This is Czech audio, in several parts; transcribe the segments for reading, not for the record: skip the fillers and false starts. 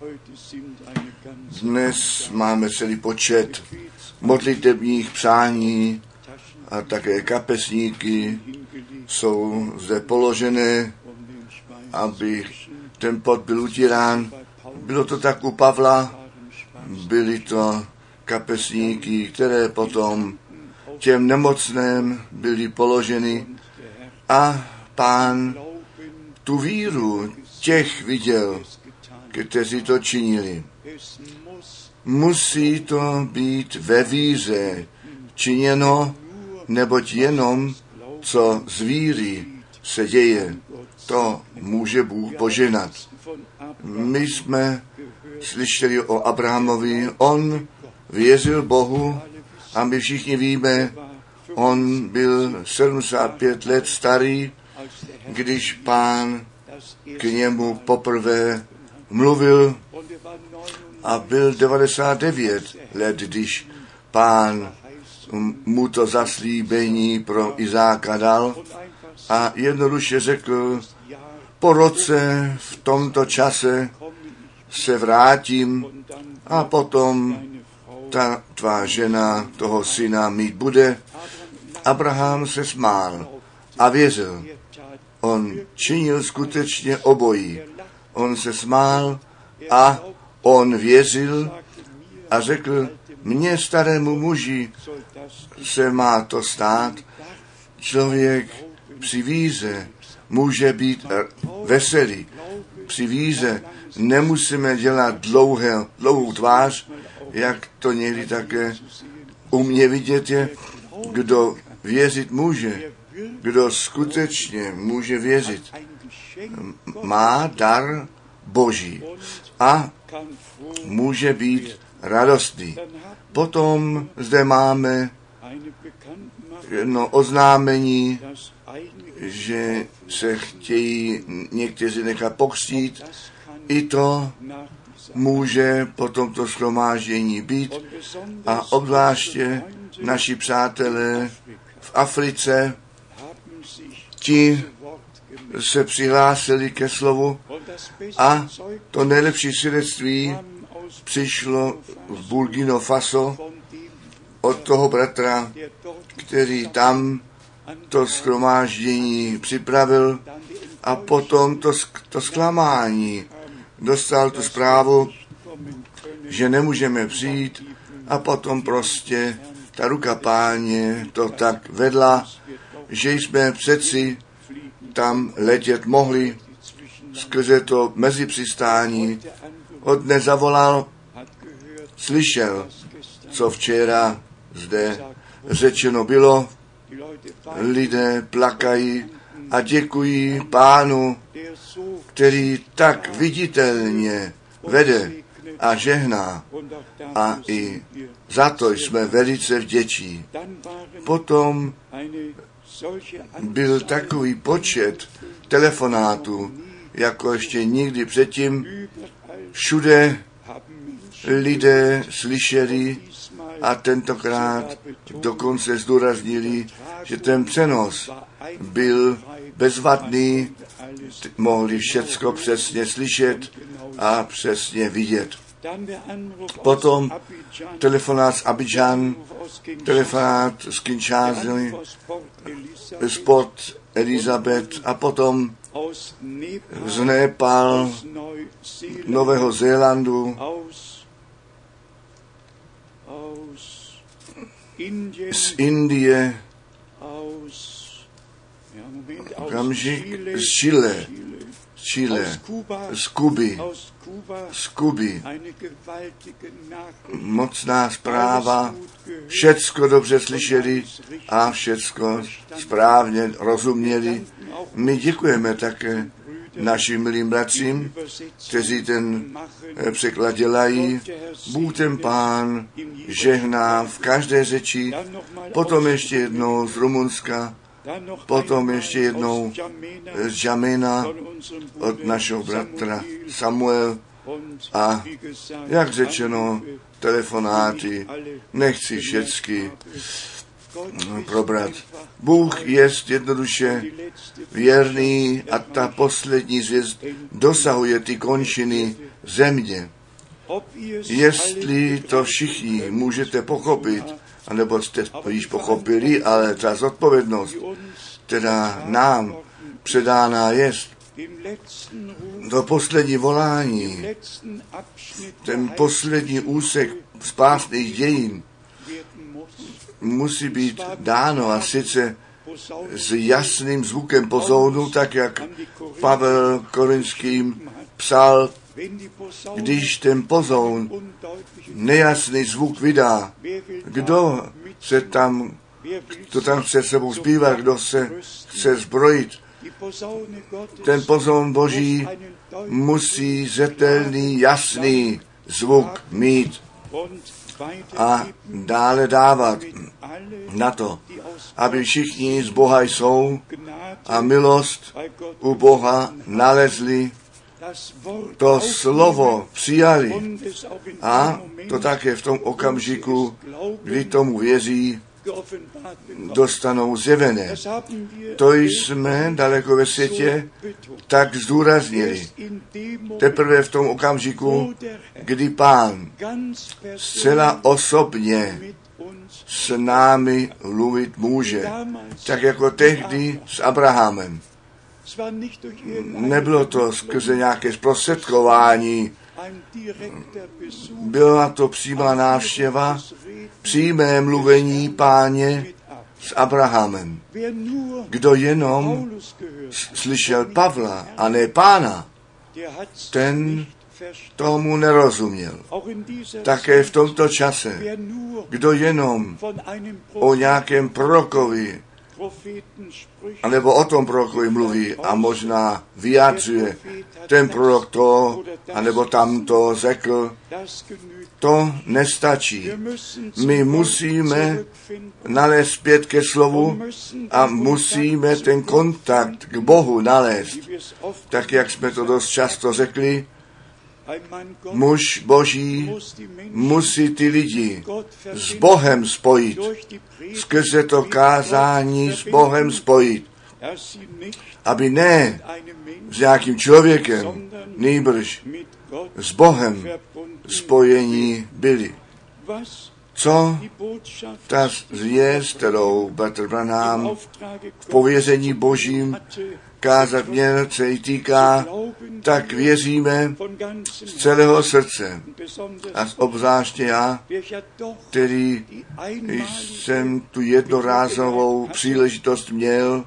Dnes máme celý počet modlitebních přání a také kapesníky jsou zde položené, aby ten pot byl utírán. Bylo to tak u Pavla, byly to kapesníky, které potom těm nemocným byly položeny a Pán tu víru těch viděl, kteří to činili. Musí to být ve víře činěno, neboť jenom co z víry se děje, to může Bůh poženat. My jsme slyšeli o Abrahamovi, on věřil Bohu a my všichni víme, on byl 75 let starý, když Pán k němu poprvé mluvil a byl 99 let, když Pán mu to zaslíbení pro Izáka dal a jednoduše řekl, po roce v tomto čase se vrátím a potom ta tvá žena toho syna mít bude. Abraham se smál a věřil. On činil skutečně obojí. On se smál a on věřil a řekl, mně starému muži se má to stát. Člověk při víře může být veselý. Při víře nemusíme dělat dlouhou tvář, jak to někdy také u mě vidět je, kdo věřit může, kdo skutečně může věřit, má dar Boží a může být radostný. Potom zde máme jedno oznámení, že se chtějí někteří nechat pokřtít. I to může po tomto shromáždění být a obzvláště naši přátelé v Africe, ti se přihlásili ke slovu a to nejlepší svědectví přišlo v Burkina Faso od toho bratra, který tam to shromáždění připravil a potom to zklamání dostal tu zprávu, že nemůžeme přijít a potom prostě ta ruka Páně to tak vedla, že jsme přeci tam letět mohli skrze to mezipřistání. Od dne zavolal, slyšel, co včera zde řečeno bylo. Lidé plakají a děkují Pánu, který tak viditelně vede a žehná. A i za to jsme velice vděční. Potom byl takový počet telefonátů, jako ještě nikdy předtím. Všude lidé slyšeli a tentokrát dokonce zdůraznili, že ten přenos byl bezvadný, mohli všecko přesně slyšet a přesně vidět. Potom telefonát z Abidjan, telefonát z Kinshasy, z Port Elizabeth a potom z Nepal, Nového Zélandu, z Indie, z Chile, z Kuby. Mocná zpráva, všecko dobře slyšeli a všecko správně rozuměli. My děkujeme také našim milým bratřím, kteří ten překlad dělají. Bůh ten Pán žehná v každé řeči, potom ještě jednou z Rumunska, potom ještě jednou z Jamena od našeho bratra Samuel a jak řečeno, telefonáty, nechci všecky probrat. Bůh je jednoduše věrný a ta poslední zvěst dosahuje ty končiny země. Jestli to všichni můžete pochopit, anebo jste to již pochopili, ale ta zodpovědnost, která nám předána jest, to poslední volání, ten poslední úsek spásných dějin musí být dáno, a sice s jasným zvukem pozounu, tak jak Pavel Korinským psal, když ten pozoun nejasný zvuk vydá, kdo tam chce sebou zpívat, kdo se chce zbrojit, ten pozoun Boží musí zřetelný, jasný zvuk mít a dále dávat na to, aby všichni z Boha jsou a milost u Boha nalezli, to slovo přijali a to také v tom okamžiku, kdy tomu věří, dostanou zjevené. To jsme daleko ve světě tak zdůraznili. Teprve v tom okamžiku, kdy Pán zcela osobně s námi mluvit může, tak jako tehdy s Abrahamem. Nebylo to skrze nějaké zprostředkování, byla to přímá návštěva, přímé mluvení Páně s Abrahamem. Kdo jenom slyšel Pavla a ne Pána, ten tomu nerozuměl. Také v tomto čase, kdo jenom o nějakém prorokovi anebo o tom prorokovi mluví a možná vyjádřuje, ten prorok to, anebo tamto řekl, to nestačí. My musíme nalézt zpět ke slovu a musíme ten kontakt k Bohu nalézt. Tak, jak jsme to dost často řekli, muž Boží musí ty lidi s Bohem spojit, skrze to kázání s Bohem spojit, aby ne s nějakým člověkem, nýbrž s Bohem spojení byli. Co ta zvěst, kterou Bratr Branham v pověření Božím kázat měl, se jí týká, tak věříme z celého srdce. A obzvláště já, který jsem tu jednorázovou příležitost měl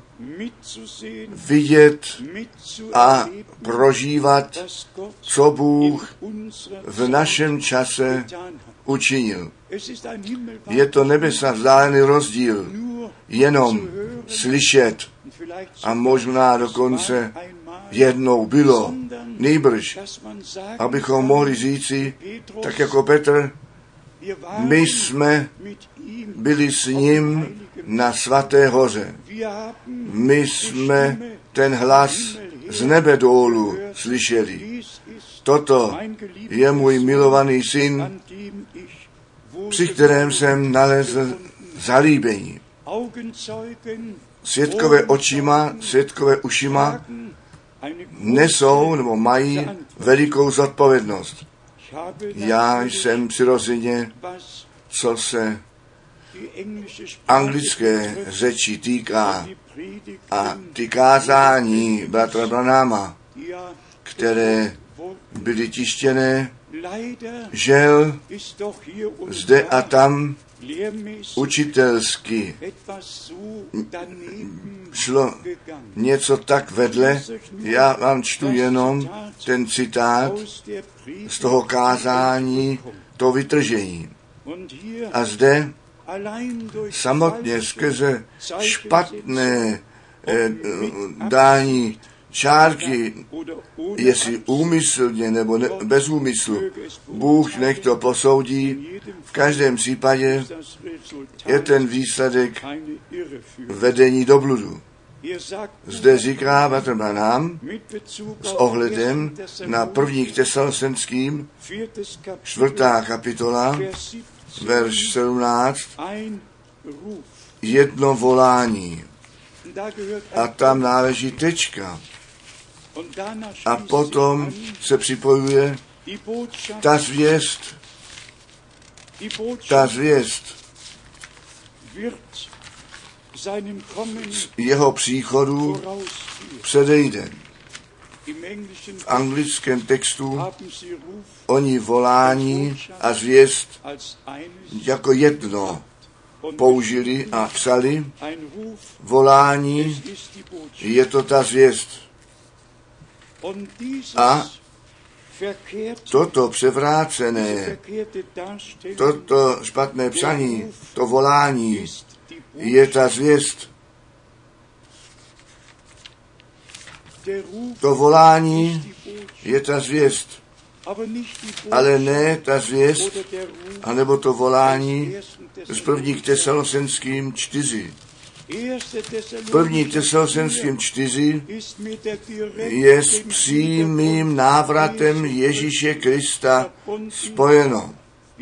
vidět a prožívat, co Bůh v našem čase učinil. Je to nebesa vzdálený rozdíl, jenom slyšet a možná dokonce jednou bylo, nýbrž, abychom mohli říci, tak jako Petr, my jsme byli s ním na svaté hoře. My jsme ten hlas z nebe dolů slyšeli. Toto je můj milovaný syn, při kterém jsem nalezl zalíbení. Svědkové očima, svědkové ušima nesou nebo mají velikou zodpovědnost. Já jsem přirozeně, co se anglické řeči týká a ty kázání bratra Branhama, které byly tištěné, žel zde a tam učitelsky šlo něco tak vedle. Já vám čtu jenom ten citát z toho kázání, to vytržení. A zde samotně skrze špatné dání čárky, jestli úmyslně nebo bez úmyslu, Bůh nech to posoudí. V každém případě je ten výsledek vedení do bludu. Zde říká Bratr Branham s ohledem na 1. Tesalonickým 4. kapitola, verš 17, jedno volání. A tam náleží tečka. A potom se připojuje Ta zvěst jeho příchodu předejde. V anglickém textu oni volání a zvěst jako jedno použili a psali. Volání, je to ta zvěst. A toto převrácené, toto špatné psaní, to volání, je ta zvěst. To volání je ta zvěst, ale ne ta zvěst, anebo to volání z 1. Tesalonickým 4. 1. Tesalonickým 4 je s přímým návratem Ježíše Krista spojeno.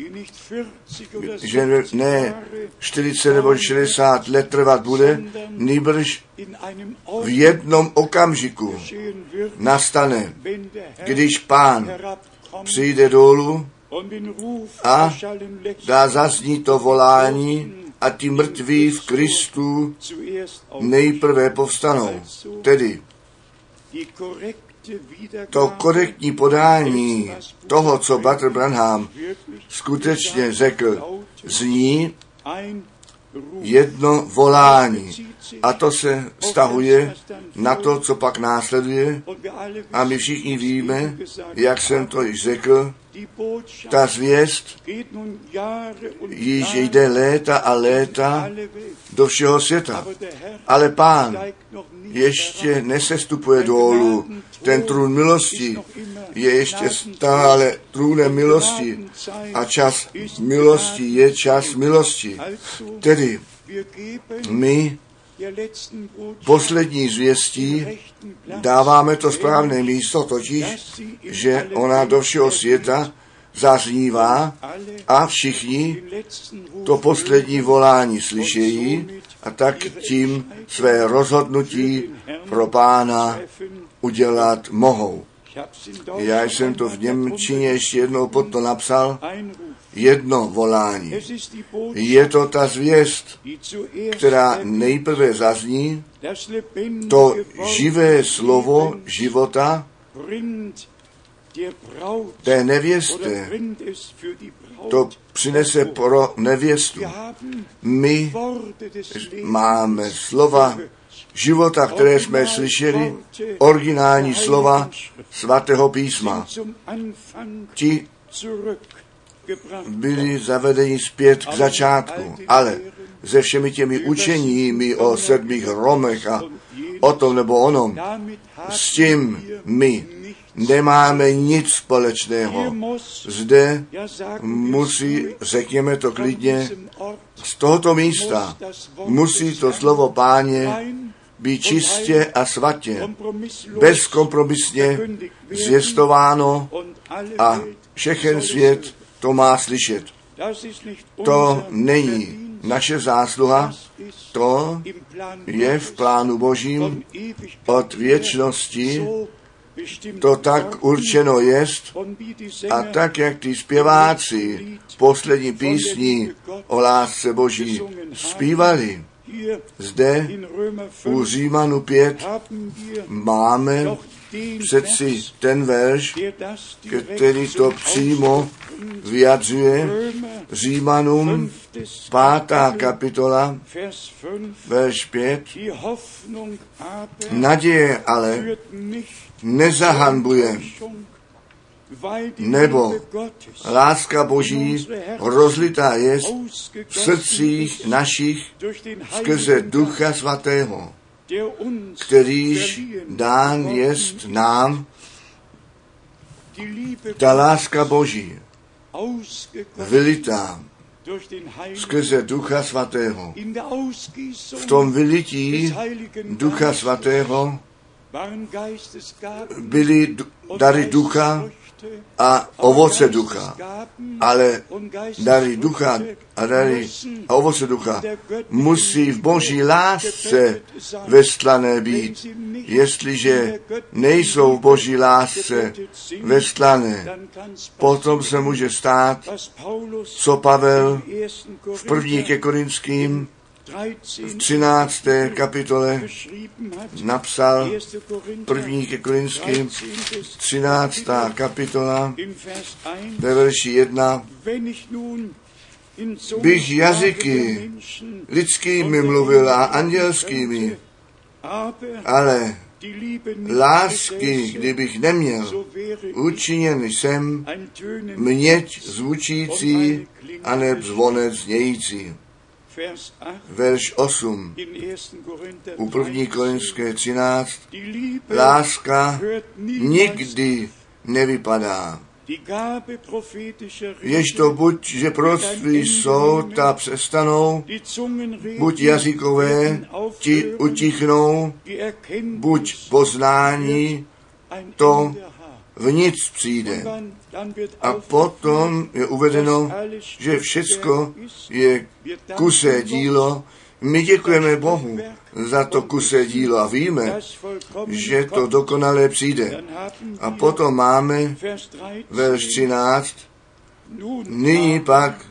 Že ne 40 nebo 60 let trvat bude, nýbrž v jednom okamžiku nastane, když Pán přijde dolů a dá zaznít to volání a ti mrtví v Kristu nejprve povstanou. Tedy to korektní podání toho, co Bratr Branham skutečně řekl, zní jedno volání. A to se vztahuje na to, co pak následuje. A my všichni víme, jak jsem to již řekl, ta zvěst již jde léta a léta do všeho světa. Ale Pán ještě nesestupuje dolů. Ten trůn milosti je ještě stále trůnem milosti a čas milosti je čas milosti. Tedy my poslední zvěstí dáváme to správné místo, totiž, že ona do všeho světa zaznívá a všichni to poslední volání slyšejí a tak tím své rozhodnutí pro Pána udělat mohou. Já jsem to v němčině ještě jednou pod to napsal. Jedno volání. Je to ta zvěst, která nejprve zazní, to živé slovo života té nevěste, to přinese pro nevěstu. My máme slova života, které jsme slyšeli, originální slova svatého písma. Ti byli zavedeni zpět k začátku, ale se všemi těmi učeními o 7 Romech a o tom nebo onom, s tím my nemáme nic společného. Zde musí, řekněme to klidně, z tohoto místa musí to slovo Páně být čistě a svatě, bezkompromisně zvěstováno a všechen svět to má slyšet. To není naše zásluha, to je v plánu Božím od věčnosti, to tak určeno jest a tak, jak ty zpěváci poslední písní o lásce Boží zpívali. Zde u Římanu 5 máme přeci ten verš, který to přímo vyjadřuje. Římanům 5. kapitola, verš 5. Naděje ale nezahanbuje, nebo láska Boží rozlitá jest v srdcích našich skrze Ducha Svatého, kterýž dán jest nám, ta láska Boží vylitá skrze Ducha Svatého. V tom vylití Ducha Svatého byly dary ducha a ovoce ducha. Ale dary ducha a ovoce ducha musí v boží lásce vestlané být. Jestliže nejsou v boží lásce vestlané, potom se může stát, co Pavel v 1. ke Korinským v 13. kapitole napsal, 1. ke Korinským, 13. kapitola, ve verši 1, bych jazyky lidskými mluvil a andělskými, ale lásky, kdybych neměl, učiněn jsem měď zvučící a neb zvonec znějící. Verš 8 u 1. Korinské 13. Láska nikdy nevypadá. Jež to buď, že proroctví jsou, ta přestanou, buď jazykové, ti utichnou, buď poznání, to v nic přijde. A potom je uvedeno, že všecko je kusé dílo. My děkujeme Bohu za to kusé dílo a víme, že to dokonale přijde. A potom máme verš 13. Nyní pak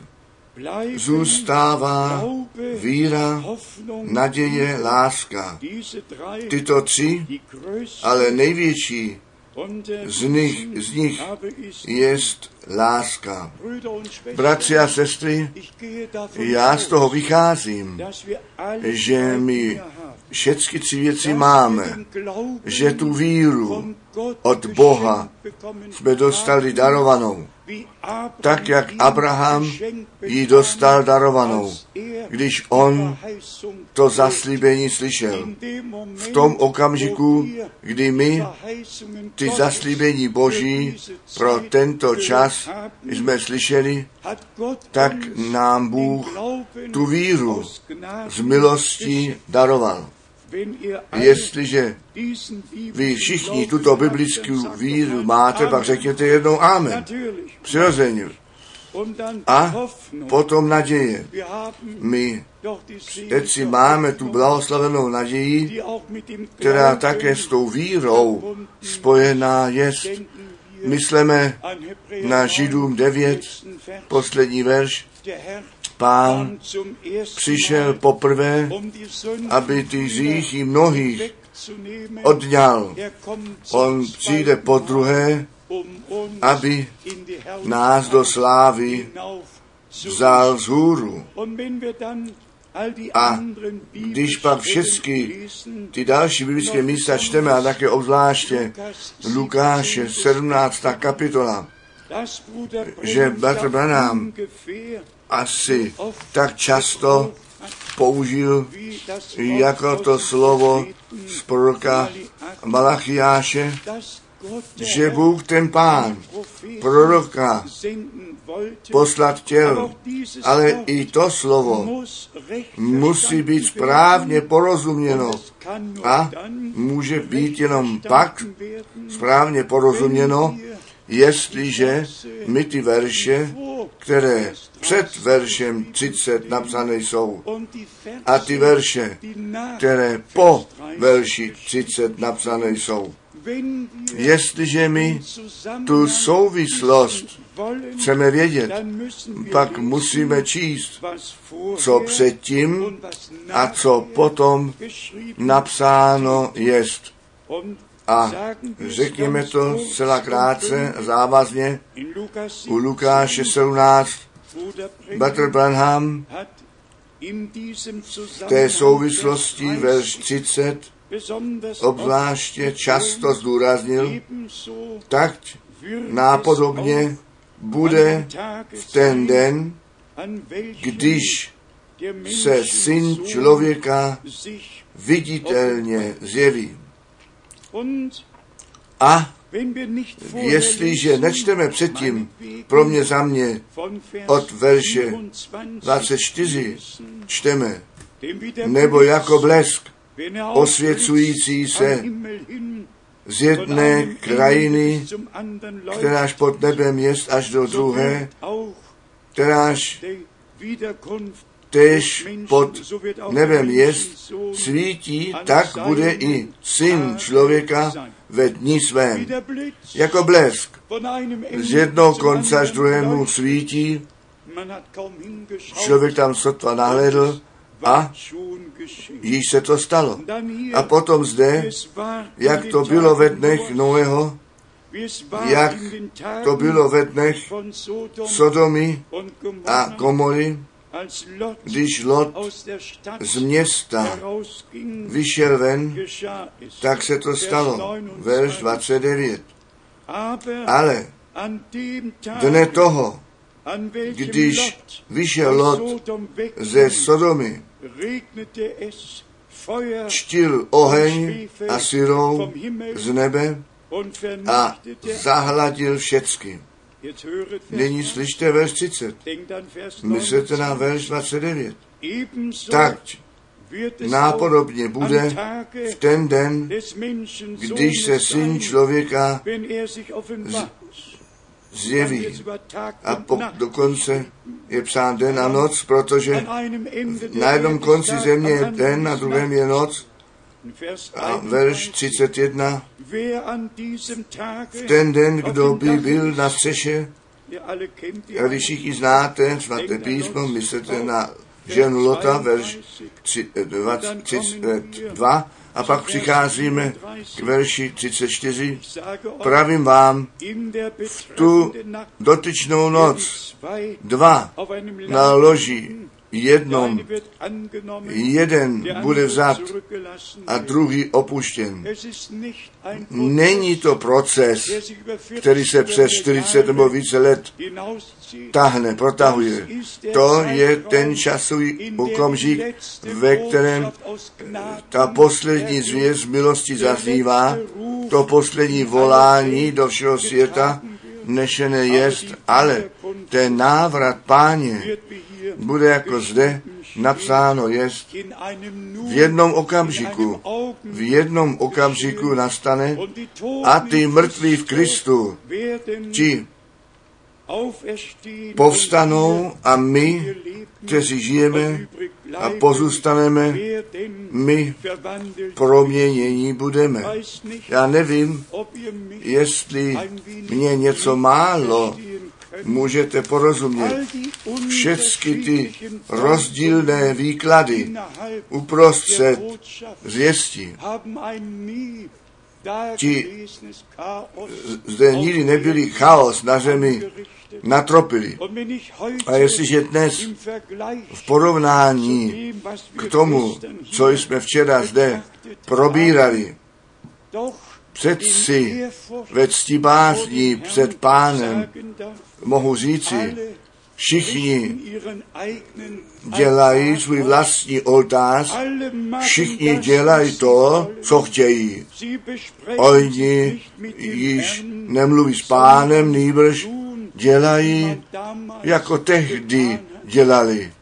zůstává víra, naděje, láska. Tyto tři, ale největší z nich jest láska. Bratři a sestry, já z toho vycházím, že my všechny tři věci máme, že tu víru od Boha jsme dostali darovanou, tak jak Abraham ji dostal darovanou, když on to zaslíbení slyšel. V tom okamžiku, kdy my ty zaslíbení Boží pro tento čas jsme slyšeli, tak nám Bůh tu víru z milostí daroval. Jestliže vy všichni tuto biblickou víru máte, pak řekněte jednou amen. Přirozeně. A potom naděje. My teď máme tu blahoslavenou naději, která také s tou vírou spojená jest. Myslíme na Židům 9, poslední verš. Pán přišel poprvé, aby ty hříchy mnohých odňal. On přijde podruhé, aby nás do slávy vzal vzhůru. A když pak všechny ty další biblické místa čteme, a také obzvláště Lukáše 17. kapitola, že bratr Branham asi tak často použil jako to slovo z proroka Malachiáše, že Bůh ten Pán proroka poslat chtěl, ale i to slovo musí být správně porozuměno a může být jenom pak správně porozuměno, jestliže my ty verše, které před veršem 30 napsané jsou, a ty verše, které po verši 30 napsané jsou, jestliže my tu souvislost chceme vědět, pak musíme číst, co předtím a co potom napsáno jest. A řekněme to zcela krátce, závazně, u Lukáše 17, bratr Branham v té souvislosti verš 30 obzvláště často zdůraznil, tak nápodobně bude v ten den, když se Syn člověka viditelně zjeví. A jestliže nečteme předtím, pro mě za mě od verše 24 čteme, nebo jako blesk osvěcující se z jedné krajiny, kteráž pod nebem jest, až do druhé, kteráž též pod nebem jest, svítí, tak bude i Syn člověka ve dni svém. Jako blesk. Z jednoho konce až druhému svítí, člověk tam sotva nahlédl a již se to stalo. A potom zde, jak to bylo ve dnech Noého, jak to bylo ve dnech Sodomy a Gomory, když Lot z města vyšel ven, tak se to stalo. Verš 29. Ale dne toho, když vyšel Lot ze Sodomy, čtil oheň a syrou z nebe a zahladil všecky. Nyní slyšte verš 30. Myslete na verš 29. Tak nápodobně bude v ten den, když se Syn člověka zjeví. A dokonce je psán den a noc, protože na jednom konci země je den, na druhém je noc. A verš 31. V ten den, kdo by byl na střeše, a když všichni znáte svaté písmo, myslete na ženu Lota, verš 32, a pak přicházíme k verši 34. Pravím vám, v tu dotyčnou noc dva na loži jednom, jeden bude vzat a druhý opuštěn. Není to proces, který se přes 40 nebo více let tahne, protahuje. To je ten časový okamžik, ve kterém ta poslední zvěst milosti zaznívá, to poslední volání do všeho světa nešené jest, ale ten návrat Páně bude jako zde napsáno jest, v jednom okamžiku nastane a ty mrtví v Kristu, ti povstanou a my, kteří žijeme a pozůstaneme, my proměnění budeme. Já nevím, jestli mě něco málo můžete porozumět. Všechny ty rozdílné výklady uprostřed zvěstí. Ti zde nikdy nebyli chaos na zemi, natropili. A jestliže dnes v porovnání k tomu, co jsme včera zde probírali, přeci ve ctibázní před Pánem mohu říci, všichni dělají svůj vlastní oltář, všichni dělají to, co chtějí. Oni již nemluví s Pánem, nýbrž dělají, jako tehdy dělali.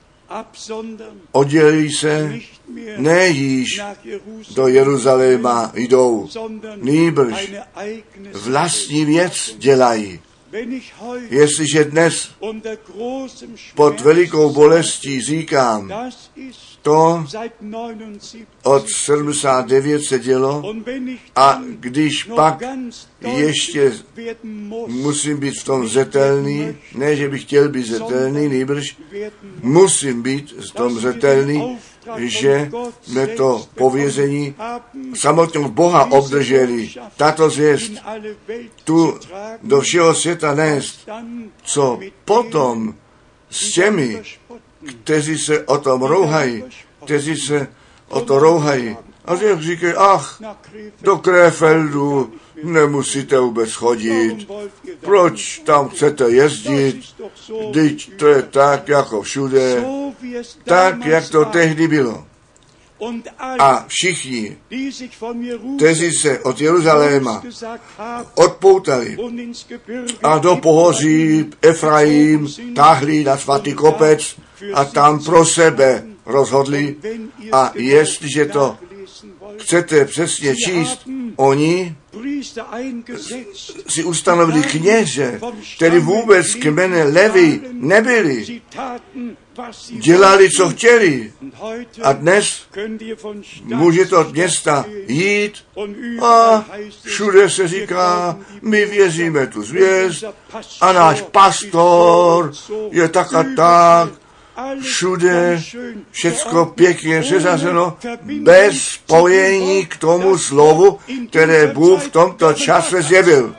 Oddělí se, ne již do Jeruzaléma jdou, nýbrž vlastní věc dělají. Jestliže dnes pod velikou bolestí říkám, to od 79 se dělo, a když pak ještě musím být v tom zřetelný, ne, že bych chtěl být zřetelný, nýbrž musím být v tom zřetelný, že jsme to pověření samotného Boha obdrželi, tato zvěst, tu do všeho světa nést, co potom s těmi, kteří se o tom rouhají, a že říkají, ach, do Krefeldu nemusíte vůbec chodit, proč tam chcete jezdit, vždyť to je tak, jako všude, tak, jak to tehdy bylo. A všichni, kteří se od Jeruzaléma odpoutali a do pohoří Efraim táhli na svatý kopec a tam pro sebe rozhodli, a jestliže to chcete přesně číst, Oni si ustanovili kněze, který vůbec z kmene Levi nebyli. Dělali, co chtěli. A dnes můžete od města jít a všude se říká, my věříme tu zvěst a náš pastor je tak a tak. Všude všecko pěkně přesazeno, bez spojení k tomu slovu, které Bůh v tomto čase zjevil.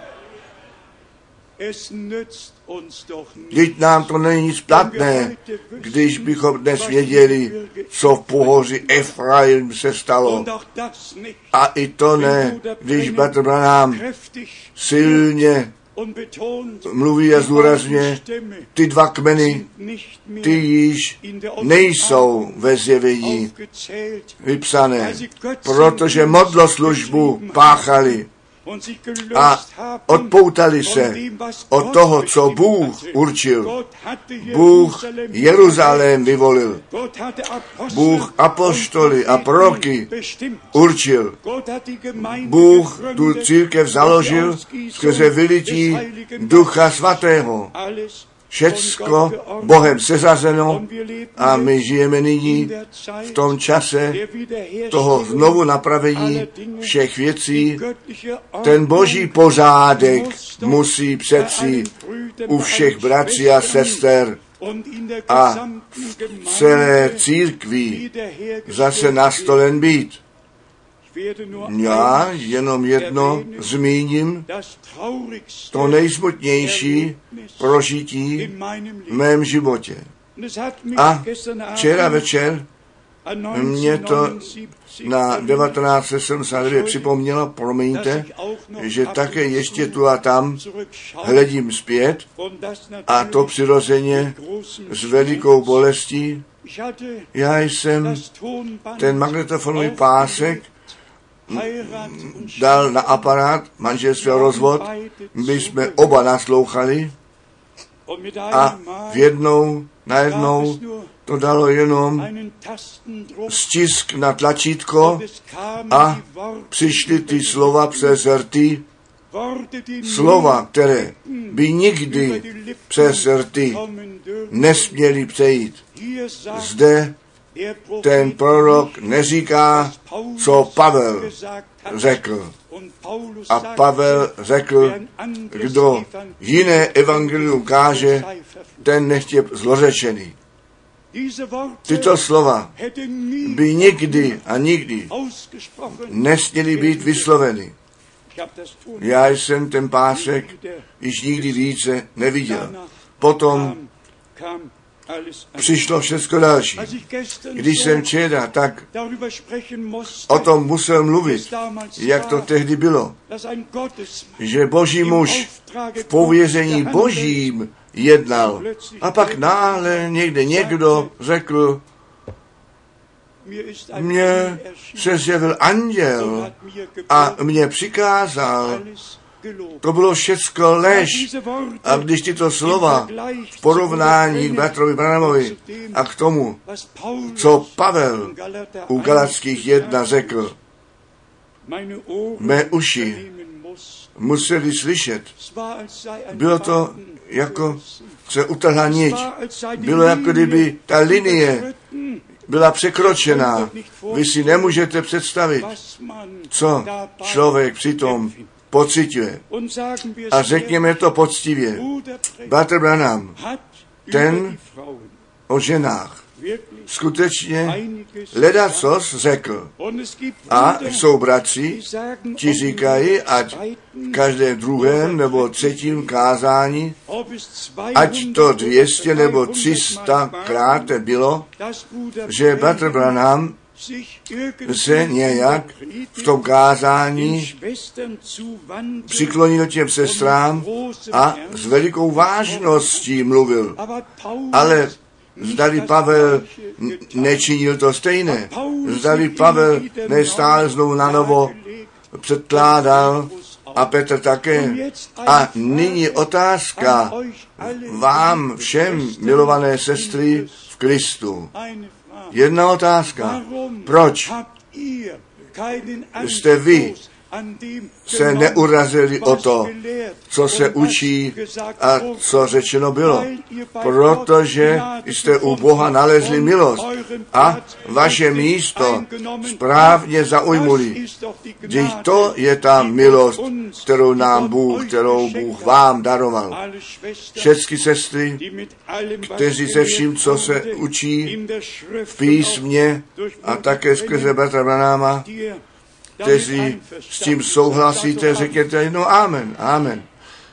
Vždyť nám to není nic platné, když bychom dnes věděli, co v pohoří Efraim se stalo. A i to ne, když bratr Branham silně mluví a zdůrazně, ty dva kmeny, ty již nejsou ve zjevení vypsané, protože modloslužbu páchali a odpoutali se od toho, co Bůh určil. Bůh Jeruzalém vyvolil. Bůh apoštoly a proroky určil. Bůh tu církev založil skrze vylití Ducha Svatého. Všecko Bohem sezazeno a my žijeme nyní v tom čase toho znovu napravení všech věcí. Ten boží pořádek musí přeci u všech bratří a sester a v celé církvi zase nastolen být. Já jenom jedno zmíním, to nejsmutnější prožití v mém životě. A včera večer mě to na 1979 připomnělo, promiňte, že také ještě tu a tam hledím zpět a to přirozeně s velikou bolestí. Já jsem ten magnetofonový pásek dal na aparát manželství a rozvod, my jsme oba naslouchali a najednou to dalo jenom stisk na tlačítko a přišly ty slova přes rty, slova, které by nikdy přes rty nesměly přejít. Zde ten prorok neříká, co Pavel řekl. A Pavel řekl, kdo jiné evangelium káže, ten nechť je zlořečený. Tyto slova by nikdy a nikdy nesměly být vysloveny. Já jsem ten pásek již nikdy více neviděl. Potom přišlo všechno další. Když jsem včera, tak o tom musel mluvit, jak to tehdy bylo. Že boží muž v pověření božím jednal. A pak náhle někde někdo řekl, mně se zjevil anděl a mě přikázal. To bylo všecko lež. A když tyto slova v porovnání k bratrovi Branhamovi a k tomu, co Pavel u Galatských 1 řekl, mé uši museli slyšet. Bylo to jako se utrhla niť. Bylo jako kdyby ta linie byla překročená. Vy si nemůžete představit, co člověk přitom pociťuje. A řekněme to poctivě. Bratr Branham, ten o ženách skutečně ledacos řekl. A jsou bratři, ti říkají, ať v každém druhém nebo třetím kázání, ať to 200 nebo 300 krát bylo, že bratr Branham se nějak v tom kázání přiklonil těm sestrám a s velikou vážností mluvil. Ale zdali Pavel nečinil to stejné. Zdali Pavel nestále znovu na novo předkládal a Petr také. A nyní otázka vám všem, milované sestry v Kristu. Jedna otázka. Proč jste vy se neurazili o to, co se učí a co řečeno bylo, protože jste u Boha nalezli milost a vaše místo správně zaujmuli. Vždyť to je ta milost, kterou Bůh vám daroval. Všechny sestry, kteří se vším, co se učí v písmě a také skrze bratra Branáma, kteří s tím souhlasíte, řekněte jednou amen, amen.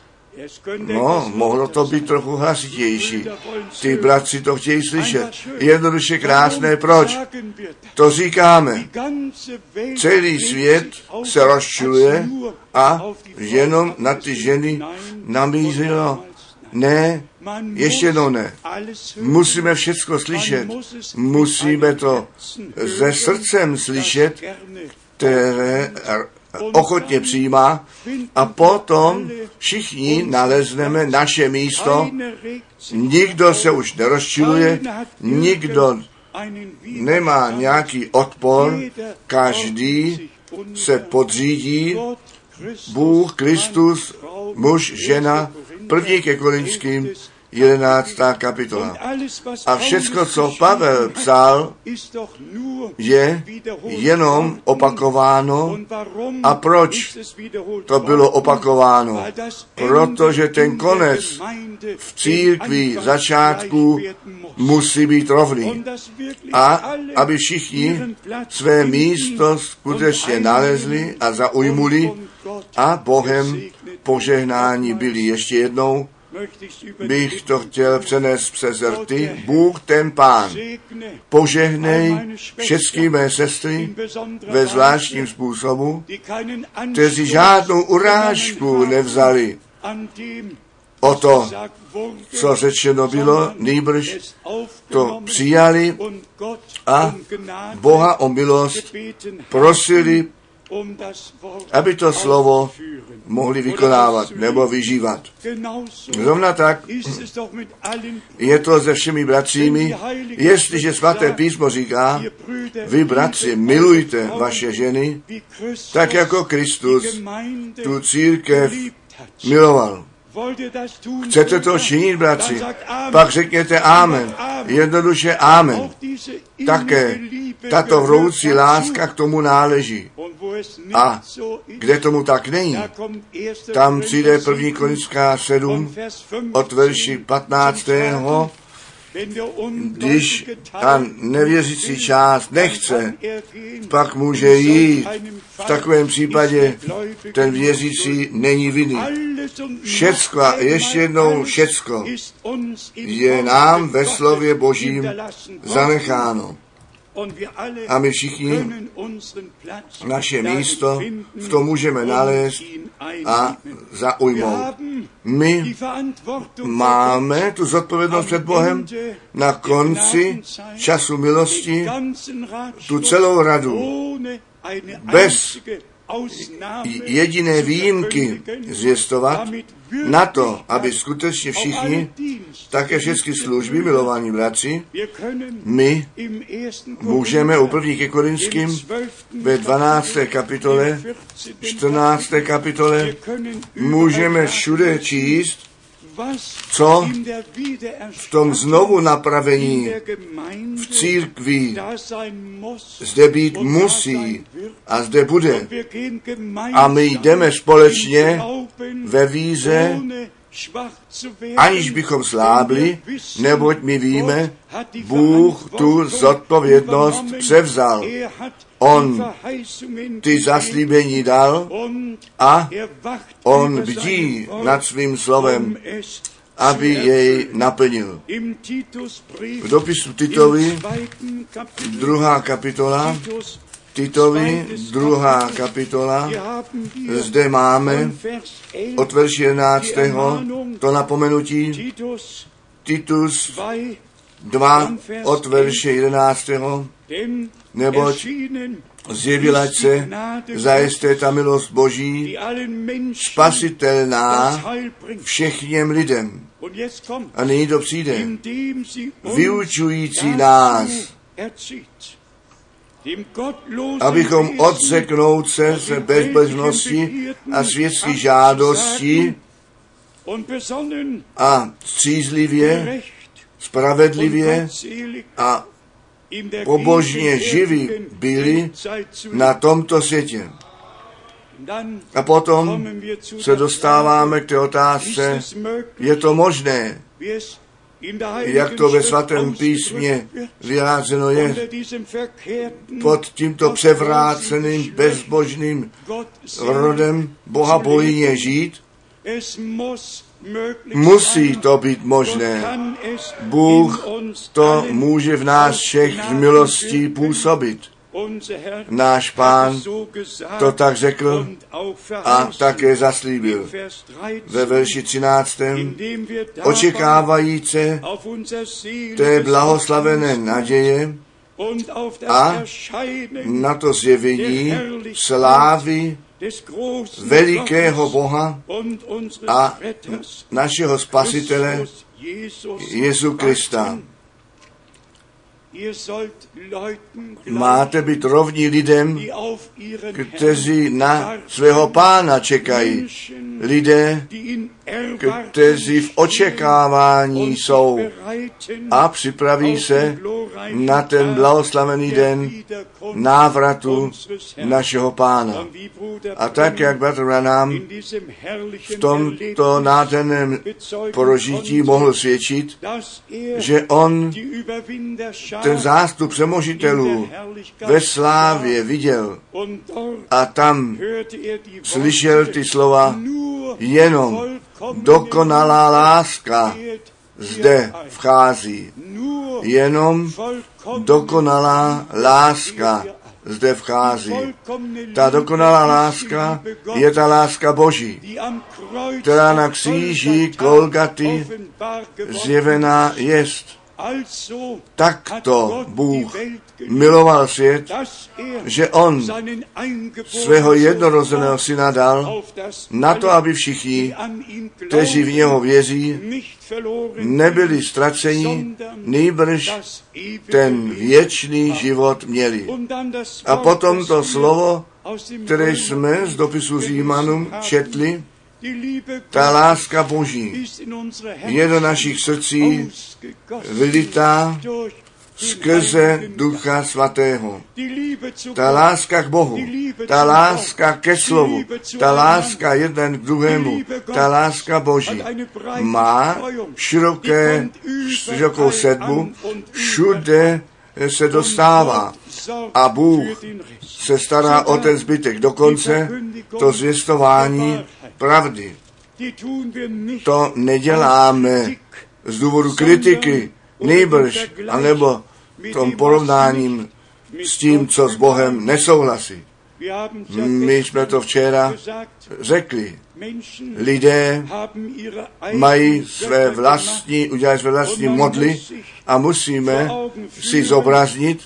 No, mohlo to být trochu hlasitější. Ty bratři to chtějí slyšet. Jednoduše krásné, proč? To říkáme. Celý svět se rozčiluje a jenom na ty ženy namířilo. Ne, ještě jednou ne. Musíme všecko slyšet. Musíme to se srdcem slyšet, které ochotně přijímá, a potom všichni nalezneme naše místo. Nikdo se už nerozčiluje, nikdo nemá nějaký odpor, každý se podřídí. Bůh, Kristus, muž, žena, 1. ke Korinským 11. kapitola. A všecko, co Pavel psal, je jenom opakováno. A proč to bylo opakováno? Protože ten konec v církvi začátku musí být rovný. A aby všichni své místo skutečně nalezli a zaujmuli a Bohem požehnání byli. Ještě jednou bych to chtěl přenést přes rty. Bůh ten Pán požehnej všechny mé sestry ve zvláštním způsobu, kteří žádnou urážku nevzali o to, co řečeno bylo, nýbrž to přijali a Boha o milost prosili, aby to slovo mohli vykonávat nebo vyžívat. Zrovna tak je to se všemi bratřími, jestliže svaté písmo říká, vy bratři milujte vaše ženy, tak jako Kristus tu církev miloval. Chcete to činit, bratři? Pak řekněte amen. Jednoduše amen. Také tato vroucí láska k tomu náleží. A kde tomu tak není, tam přijde 1. Korintská 7 od verši 15. Když ta nevěřící část nechce, pak může jít. V takovém případě ten věřící není vinný. Všecko, a ještě jednou všecko, je nám ve slově Božím zanecháno. A my všichni naše místo v tom můžeme nalézt a zaujmout. My máme tu zodpovědnost před Bohem na konci času milosti, tu celou radu, bez jediné výjimky zvěstovat, na to, aby skutečně všichni, také všechny služby, milovaní bratři, my můžeme u 1. ke Korinským ve 12. kapitole, 14. kapitole, můžeme všude číst, co v tom znovu napravení v církvi zde být musí a zde bude. A my jdeme společně ve víře, aniž bychom slábli, neboť my víme, Bůh tu zodpovědnost převzal. On ty zaslíbení dal a on bdí nad svým slovem, aby jej naplnil. V dopisu Titovi, 2. kapitola, zde máme od verše 11. to napomenutí, Titus 2 od verše 11. Neboť zjevila se zajisté ta milost Boží, spasitelná všem lidem. A nyní to přijde, vyučující nás, abychom odseknout se bezbožnosti a světské žádosti a střízlivě, spravedlivě a pobožně živí byli na tomto světě. A potom se dostáváme k té otázce, je to možné, jak to ve svatém písmě vyjádřeno je, pod tímto převráceným, bezbožným rodem Boha bojně žít? Musí to být možné. Bůh to může v nás všech z milostí působit. Náš Pán to tak řekl a také zaslíbil. Ve verši 13. Očekávajíce té blahoslavené naděje a na to zjevení slávy velikého Boha a našeho Spasitele Jezu Krista. Máte být rovní lidem, kteří na svého Pána čekají. Lidé, kteří v očekávání jsou a připraví se na ten blahoslavený den návratu našeho Pána. A tak, jak bratr Branham v tomto nádherném prožití mohl svědčit, že on ten zástup přemožitelů ve slávě viděl a tam slyšel ty slova, jenom dokonalá láska zde vchází. Jenom dokonalá láska zde vchází. Ta dokonalá láska je ta láska Boží, která na kříži Golgaty zjevená jest. Takto Bůh miloval svět, že on svého jednorozeného syna dal na to, aby všichni, kteří v něho věří, nebyli ztraceni, nýbrž ten věčný život měli. A potom to slovo, které jsme z dopisu Římanům četli, ta láska Boží je do našich srdcí vylitá skrze Ducha Svatého. Ta láska k Bohu, ta láska ke slovu, ta láska jeden k druhému, ta láska Boží má širokou sedbu, všude se dostává a Bůh se stará o ten zbytek. Dokonce to zvěstování pravdy. To neděláme z důvodu kritiky, nýbrž, anebo tom porovnáním s tím, co s Bohem nesouhlasí. My jsme to včera řekli. Lidé mají udělat své vlastní modly a musíme si zobraznit,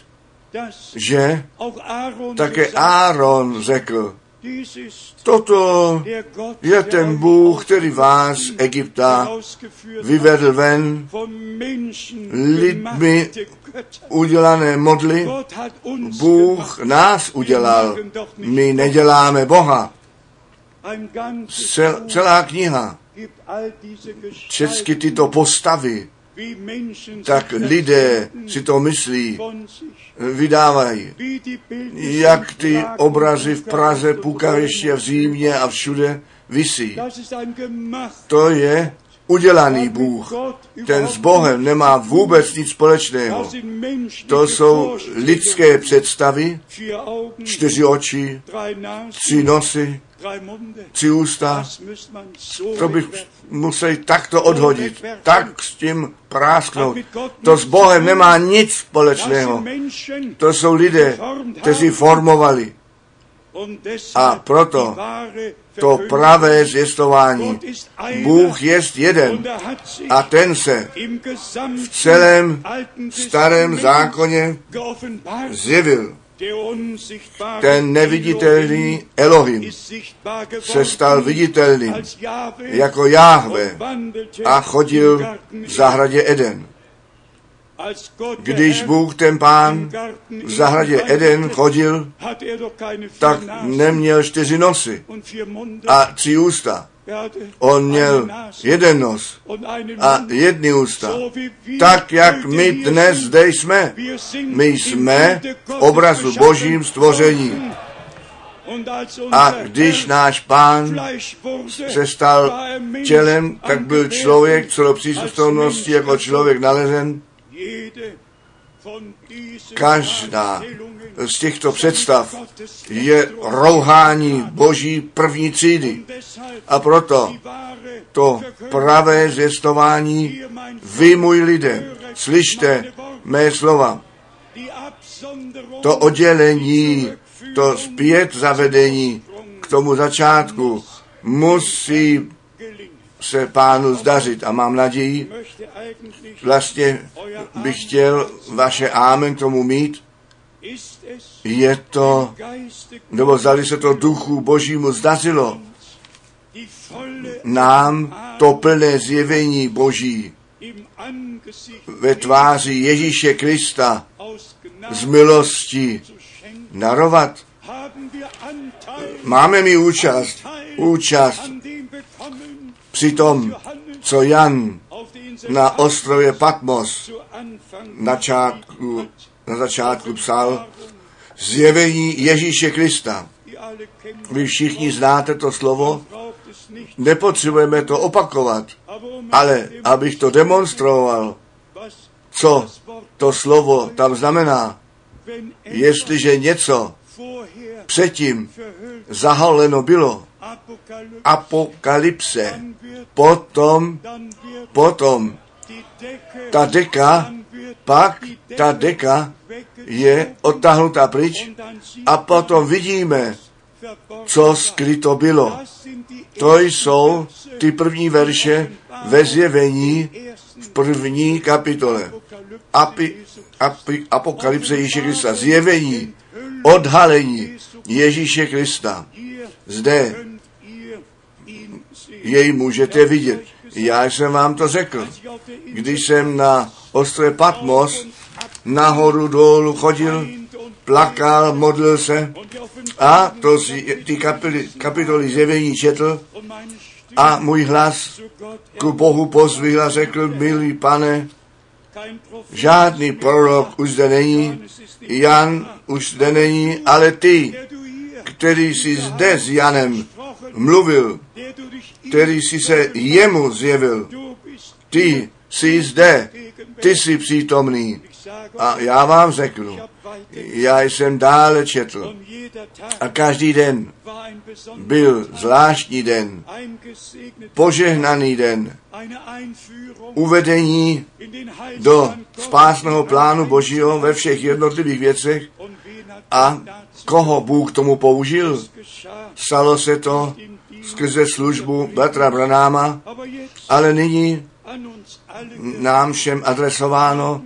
že také Áron řekl, toto je ten Bůh, který vás z Egypta vyvedl ven lidmi udělané modly. Bůh nás udělal, my neděláme Boha. Celá kniha, všechny tyto postavy, tak lidé si to myslí, vydávají. Jak ty obrazy v Praze, Bukarešti a v Římě a všude visí. To je udělaný Bůh. Ten s Bohem nemá vůbec nic společného. To jsou lidské představy, 4 oči, 3 nosy, 3 ústa. To bych musel takto odhodit, tak s tím prásknout. To s Bohem nemá nic společného. To jsou lidé, kteří formovali. A proto to pravé zvěstování. Bůh jest jeden a ten se v celém starém zákoně zjevil. Ten neviditelný Elohim se stal viditelným jako Jáhve a chodil v zahradě Eden. Když Bůh ten Pán v zahradě Eden chodil, tak neměl 4 nosy a 3 ústa. On měl 1 nos a 1 ústa. Tak, jak my dnes zde jsme. My jsme v obrazu Božím stvoření. A když náš Pán se stal tělem, tak byl člověk co příslušnosti jako člověk nalezen. Každá z těchto představ je rouhání Boží první třídy. A proto to pravé zvěstování, vy, můj lidé, slyšte mé slova. To oddělení, to zpět zavedení k tomu začátku musí se Pánu zdařit. A mám naději, vlastně bych chtěl vaše ámen k tomu mít. Je to, nebo zdali se to Duchu Božímu zdařilo, nám to plné zjevení Boží ve tváři Ježíše Krista z milosti darovat. Máme mi účast při tom, co Jan na ostrově Patmos na začátku psal, zjevení Ježíše Krista. Vy všichni znáte to slovo, nepotřebujeme to opakovat, ale abych to demonstroval, co to slovo tam znamená. Jestliže něco předtím zahaleno bylo, apokalypse, potom ta deka, pak ta deka je odtahnutá pryč a potom vidíme, co skryto bylo. To jsou ty první verše ve zjevení v 1. kapitole. Apokalypse Ježíše Krista. Zjevení, odhalení Ježíše Krista. Zde jej můžete vidět. Já jsem vám to řekl. Když jsem na ostrově Patmos nahoru dolů chodil, plakal, modlil se a to ty kapitoly zjevení četl a můj hlas ku Bohu pozvil a řekl, milý Pane, žádný prorok už zde není, Jan už zde není, ale ty, který jsi zde s Janem mluvil, který jsi se jemu zjevil, ty jsi zde, ty jsi přítomný. A já vám řeknu, já jsem dále četl a každý den byl zvláštní den, požehnaný den, uvedení do spásného plánu Božího ve všech jednotlivých věcech a koho Bůh tomu použil. Stalo se to skrze službu bratra Branáma, ale nyní nám všem adresováno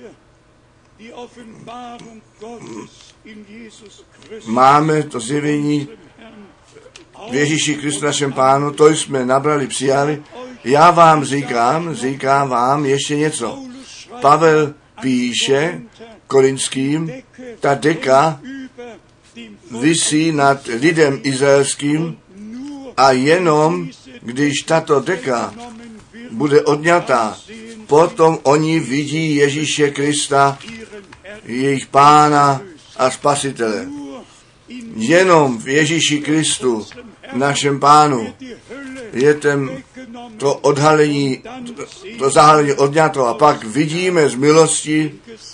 máme to zjevení v Ježíši Kristu našem Pánu, to jsme nabrali, přijali. Já vám říkám vám ještě něco. Pavel píše Korinským, ta deka visí nad lidem izraelským a jenom když tato deka bude odňatá, potom oni vidí Ježíše Krista, jejich Pána a Spasitele. Jenom v Ježíši Kristu, našem Pánu, je to odhalení, to zahalení odňato a pak vidíme z milosti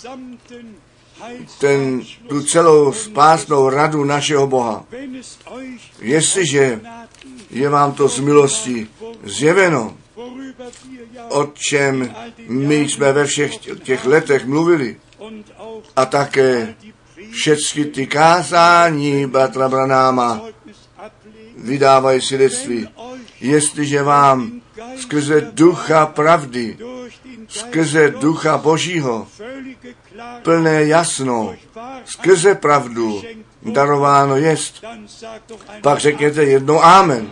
tu celou spásnou radu našeho Boha. Jestliže je vám to z milosti zjeveno, o čem my jsme ve všech těch letech mluvili, a také všechny ty kázání bratra Branáma vydávají svědectví. Jestliže vám skrze ducha pravdy, skrze ducha Božího, plné jasno, skrze pravdu darováno jest, pak řekněte jednou amen.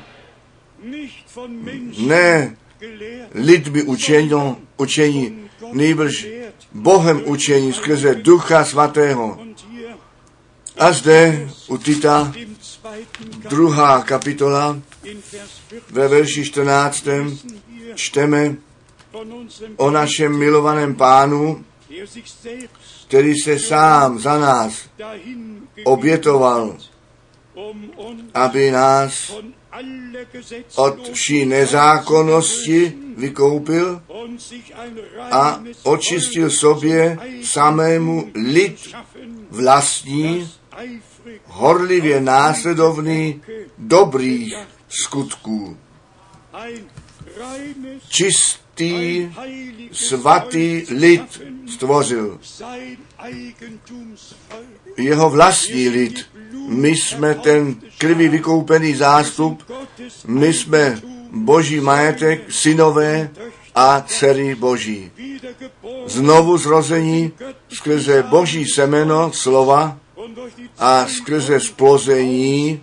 Ne lidmi učení, nýbrž Bohem učení skrze Ducha Svatého. A zde u Tita 2. kapitola ve verši 14. čteme o našem milovaném Pánu, který se sám za nás obětoval, aby nás od vší nezákonnosti vykoupil a očistil sobě samému lid vlastní, horlivě následovný dobrých skutků. Čistý, svatý lid stvořil. Jeho vlastní lid. My jsme ten krví vykoupený zástup, my jsme Boží majetek, synové a dcery Boží. Znovu zrození skrze Boží semeno, slova, a skrze splození,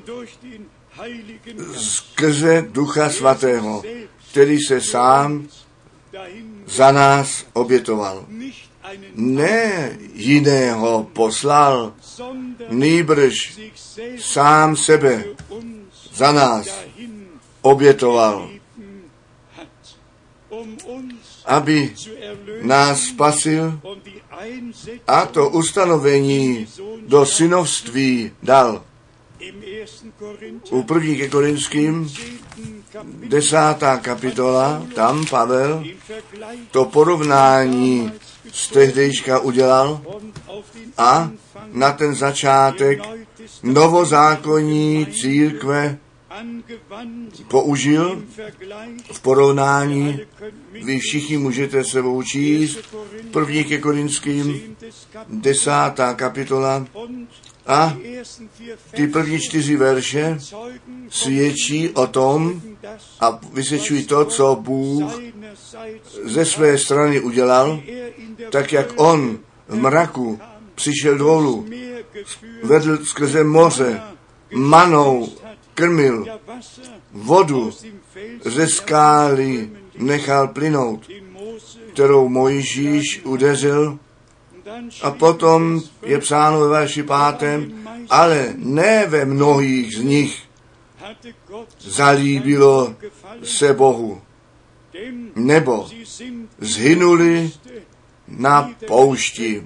skrze Ducha Svatého, který se sám za nás obětoval. Ne jiného poslal, nýbrž sám sebe za nás obětoval, aby nás spasil a to ustanovení do synovství dal. U 1. Korinským 10. kapitola, tam Pavel to porovnání z tehdejška udělal a na ten začátek novozákonní církve použil v porovnání. Vy všichni můžete sebou číst 1. Korinským 10. kapitola a ty první 4 verše svědčí o tom a vysvědčují to, co Bůh ze své strany udělal, tak jak on v mraku přišel dolů, vedl skrze moře, manou krmil, vodu ze skály nechal plynout, kterou Mojžíš udeřil. A potom je psáno ve verši 5. Ale ne ve mnohých z nich zalíbilo se Bohu, nebo zhynuli na poušti.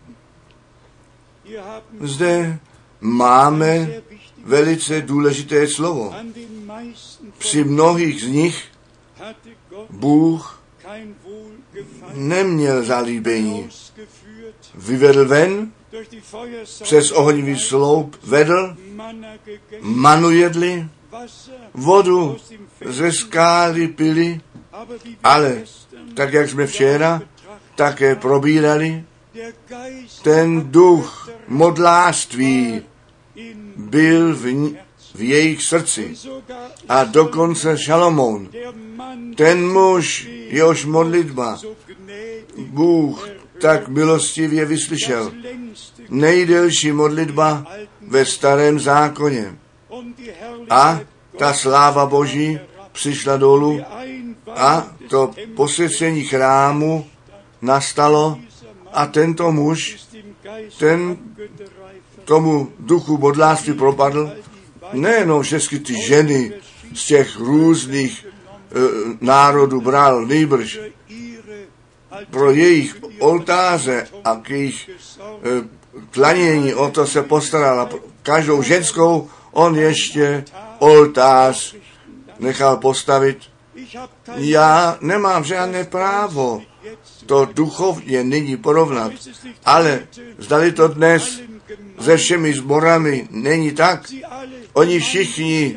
Zde máme velice důležité slovo. Při mnohých z nich Bůh neměl zalíbení. Vyvedl ven, přes ohnivý sloup vedl, manu jedli, vodu ze skály pili, ale tak, jak jsme včera také probírali, ten duch modlářství byl v jejich srdci. A dokonce Šalomoun, ten muž, jehož modlitba Bůh tak milostivě vyslyšel, nejdelší modlitba ve Starém zákoně. A ta sláva Boží přišla dolů a to posvěcení chrámu nastalo a tento muž, ten tomu duchu modlářství propadl, nejenom všechny ty ženy z těch různých národů bral, nýbrž pro jejich oltáře a k jejich klanění, o to se postaral. A každou ženskou on ještě oltář nechal postavit. Já nemám žádné právo to duchovně nyní porovnat, ale zdali to dnes se všemi sborami není tak, oni všichni,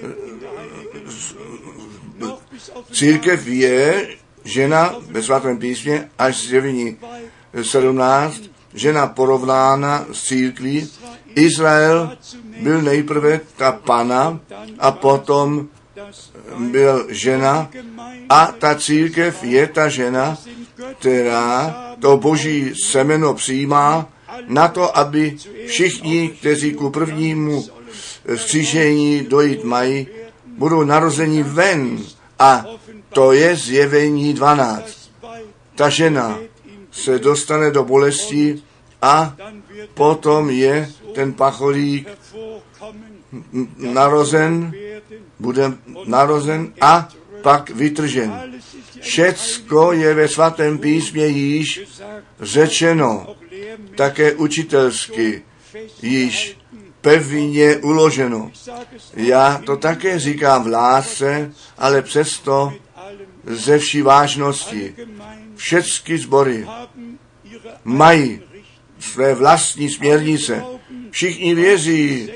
církev je žena ve svatém písmě až zjevení 17, žena porovnána s církví. Izrael byl nejprve ta pana a potom byl žena a ta církev je ta žena, která to boží semeno přijímá na to, aby všichni, kteří ku prvnímu vzkříšení dojít mají, budou narozeni ven. A to je zjevení 12. Ta žena se dostane do bolesti a potom je ten pacholík bude narozen a pak vytržen. Všecko je ve svatém písmě již řečeno, také učitelsky již pevně uloženo. Já to také říkám v lásce, ale přesto ze vší vážnosti. Všechny sbory mají své vlastní směrnice. Všichni věří,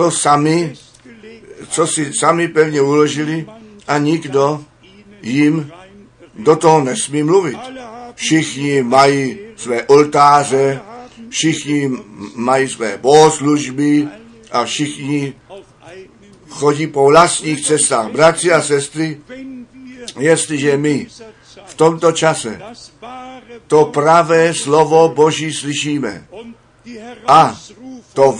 co si sami pevně uložili a nikdo jim do toho nesmí mluvit. Všichni mají své oltáře, všichni mají své bohoslužby a všichni chodí po vlastních cestách. Bratři a sestry, jestliže my v tomto čase to pravé slovo Boží slyšíme a to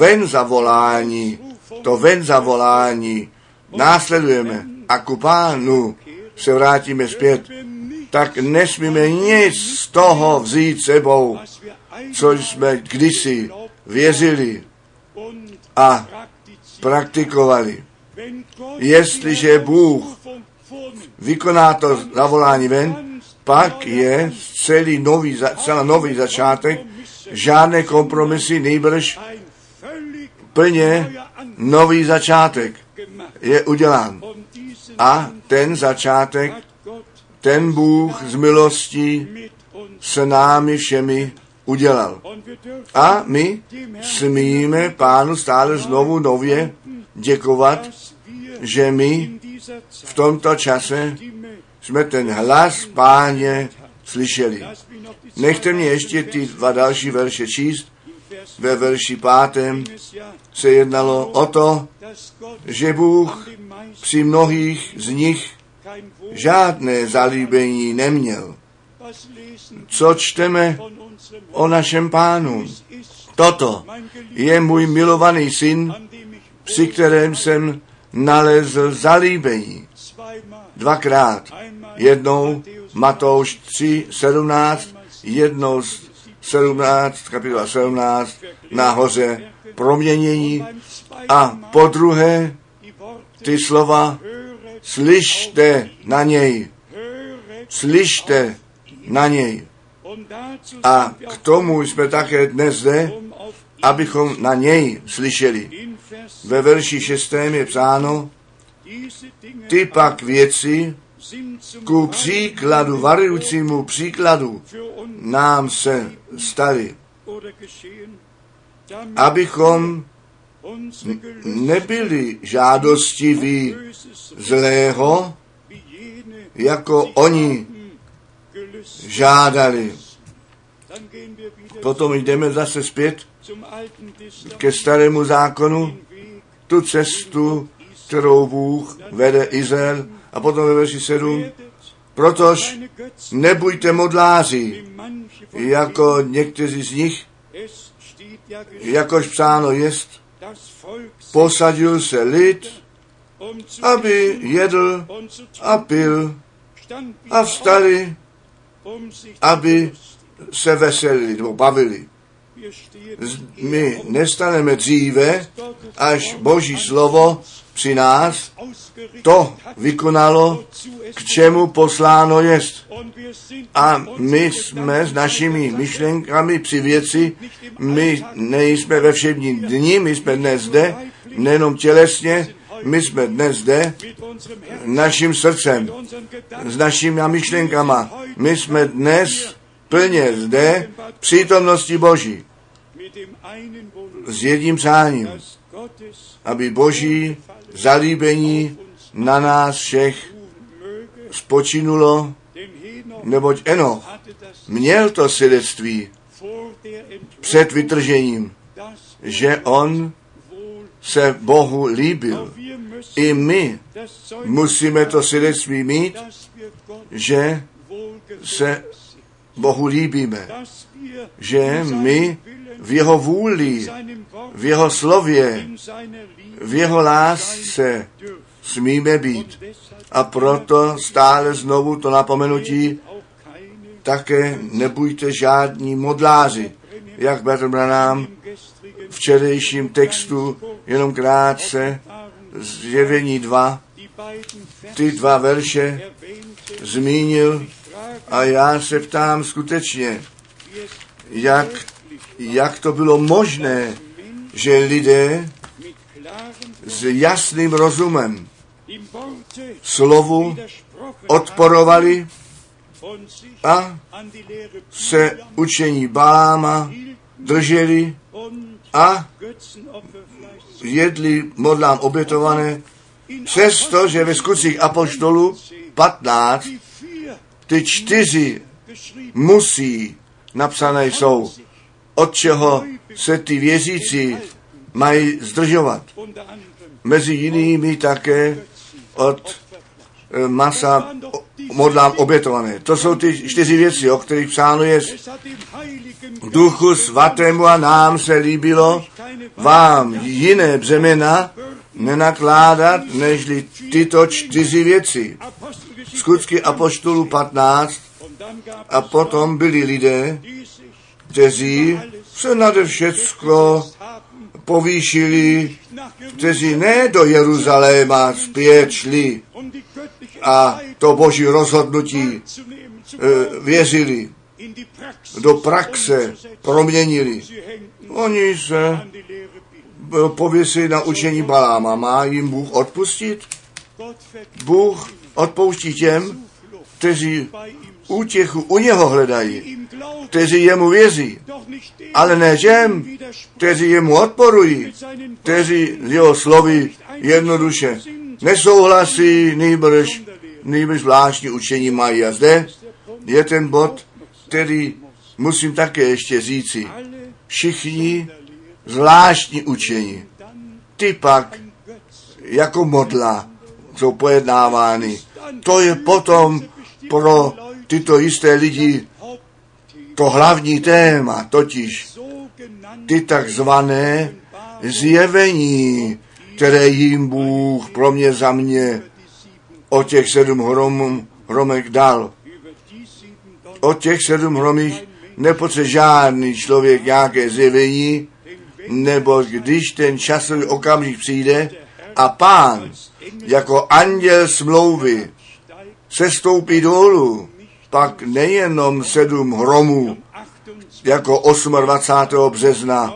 ven zavolání následujeme a ku Pánu se vrátíme zpět, tak nesmíme nic z toho vzít sebou, co jsme kdysi věřili a praktikovali. Jestliže Bůh vykoná to zavolání ven, pak je celá nový začátek, žádné kompromisy, nejbrž plně nový začátek je udělán. A ten začátek, ten Bůh z milostí s námi všemi udělal. A my smíme Pánu stále znovu nově děkovat, že my v tomto čase jsme ten hlas Páně slyšeli. Nechte mě ještě ty 2 další verše číst. Ve verši 5. se jednalo o to, že Bůh při mnohých z nich žádné zalíbení neměl. Co čteme o našem Pánu? Toto je můj milovaný syn, při kterém jsem nalezl zalíbení. 2krát. Jednou Matouš 3:17, jednou 17, kapitola 17, nahoře proměnění a po druhé ty slova slyšte na něj. Slyšte na něj. A k tomu jsme také dnes zde, abychom na něj slyšeli. Ve verši 6. je psáno, ty pak věci ku příkladu, varujícímu příkladu nám se staly, abychom nebyli žádostiví zlého, jako oni žádali. Potom jdeme zase zpět ke starému zákonu, tu cestu, kterou Bůh vede Izrael. A potom ve verši 7, protož nebuďte modláři, jako někteří z nich, jakož psáno jest, posadil se lid, aby jedl a pil a vstali, aby se veselili nebo bavili. My nestaneme dříve, až Boží slovo při nás to vykonalo, k čemu posláno jest. A my jsme s našimi myšlenkami při věci, my nejsme ve všedním dni, my jsme dnes zde, nejenom tělesně, my jsme dnes zde naším srdcem, s našimi myšlenkama. My jsme dnes plně zde v přítomnosti Boží. S jedním přáním, aby Boží zalíbení na nás všech spočinulo, neboť Enoch měl to svědectví před vytržením, že on se Bohu líbil. I my musíme to svědectví mít, že se Bohu líbíme, že my v jeho vůli, v jeho slově, v jeho lásce smíme být. A proto stále znovu to napomenutí, také nebuďte žádní modláři, jak Bratr Branham v včerejším textu jenom krátce Zjevení 2, ty 2 verše zmínil a já se ptám skutečně, jak to bylo možné, že lidé s jasným rozumem slovu odporovali a se učení Baláma drželi a jedli modlám obětované, přestože ve Skutcích apoštolů 15 ty 4 musí napsané jsou, od čeho se ty věřící mají zdržovat. Mezi jinými také od masa modlám obětované. To jsou ty 4 věci, o kterých psáno je: Duchu svatému a nám se líbilo vám jiné břemena nenakládat, nežli tyto 4 věci. Skutky apoštolů 15 a potom byli lidé, kteří se nade všecko povýšili, kteří ne do Jeruzaléma zpět šli a to boží rozhodnutí věřili, do praxe proměnili. Oni se pověsili na učení Baláma. Má jim Bůh odpustit? Bůh odpouští těm, kteří útěchu u něho hledají, kteří jemu věří, ale ne těm, kteří jemu odporují, kteří jeho slovy jednoduše nesouhlasí, nýbrž zvláštní učení mají. A zde je ten bod, který musím také ještě říci. Všichni zvláštní učení, ty pak jako modla jsou pojednávány. To je potom pro tyto jisté lidi to hlavní téma, totiž ty takzvané zjevení, které jim Bůh pro mě za mě o těch 7 hromech dal. O těch 7 hromích nepotřebuje žádný člověk nějaké zjevení, nebo když ten časový okamžik přijde a Pán jako anděl smlouvy sestoupí dolů, pak nejenom 7 hromů, jako 28. března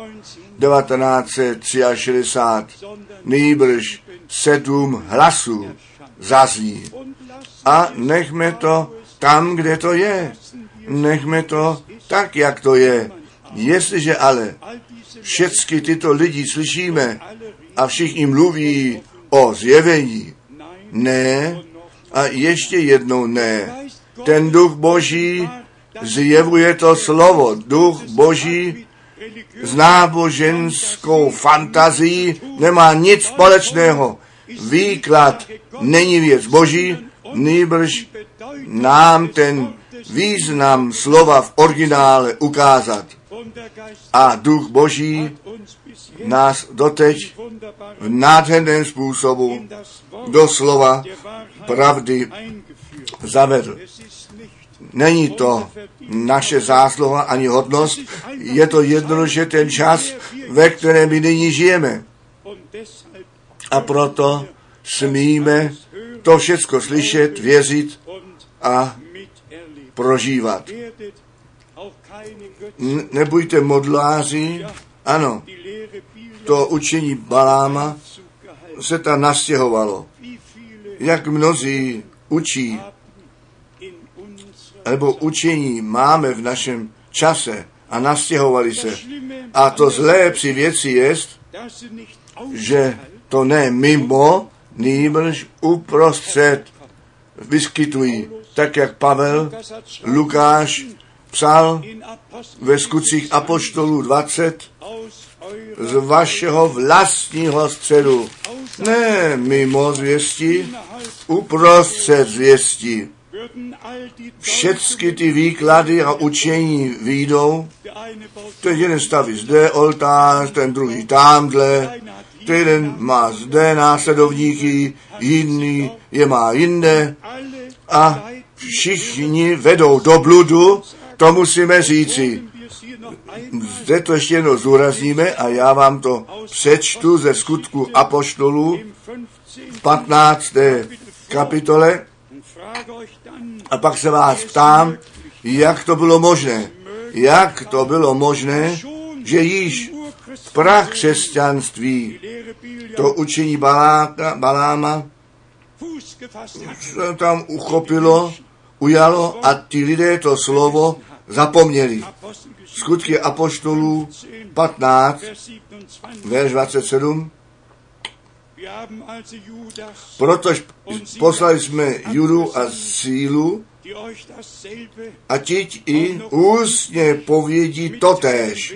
1963, nýbrž 7 hlasů zazní. A nechme to tam, kde to je. Nechme to tak, jak to je. Jestliže ale všechny tyto lidi slyšíme a všichni mluví o zjevení, ne, a ještě jednou ne. Ten duch Boží zjevuje to slovo. Duch Boží s náboženskou fantazií nemá nic společného. Výklad není věc Boží, nýbrž nám ten význam slova v originále ukázat. A duch Boží nás doteď v nádherném způsobu do slova pravdy zavedl. Není to naše zásluha ani hodnost, je to jednoduše ten čas, ve kterém my nyní žijeme. A proto smíme to všecko slyšet, věřit a prožívat. Nebuďte modláři, ano, to učení Baláma se tam nastěhovalo. Jak mnozí učí, nebo učení máme v našem čase a nastěhovali se. A to zlé při věci je, že to ne mimo, nýbrž uprostřed vyskytují. Tak jak Pavel, Lukáš psal ve Skutcích apoštolů 20, z vašeho vlastního středu. Ne mimo zvěsti, uprostřed zvěsti. Všechny ty výklady a učení výjdou. Ten jeden staví zde oltář, ten druhý tamhle, ten má zde následovníky, jiný je má jinde. A všichni vedou do bludu, to musíme říci. Zde to ještě jednou zdůrazníme a já vám to přečtu ze Skutku apoštolů v 15. kapitole a pak se vás ptám, jak to bylo možné. Jak to bylo možné, že již v prakřesťanství to učení Baláma se tam uchopilo, ujalo a ti lidé to slovo zapomněli. Skutky apoštolů 15, verš 27. Protože poslali jsme Judu a Sílu a ti i ústně povědí totéž.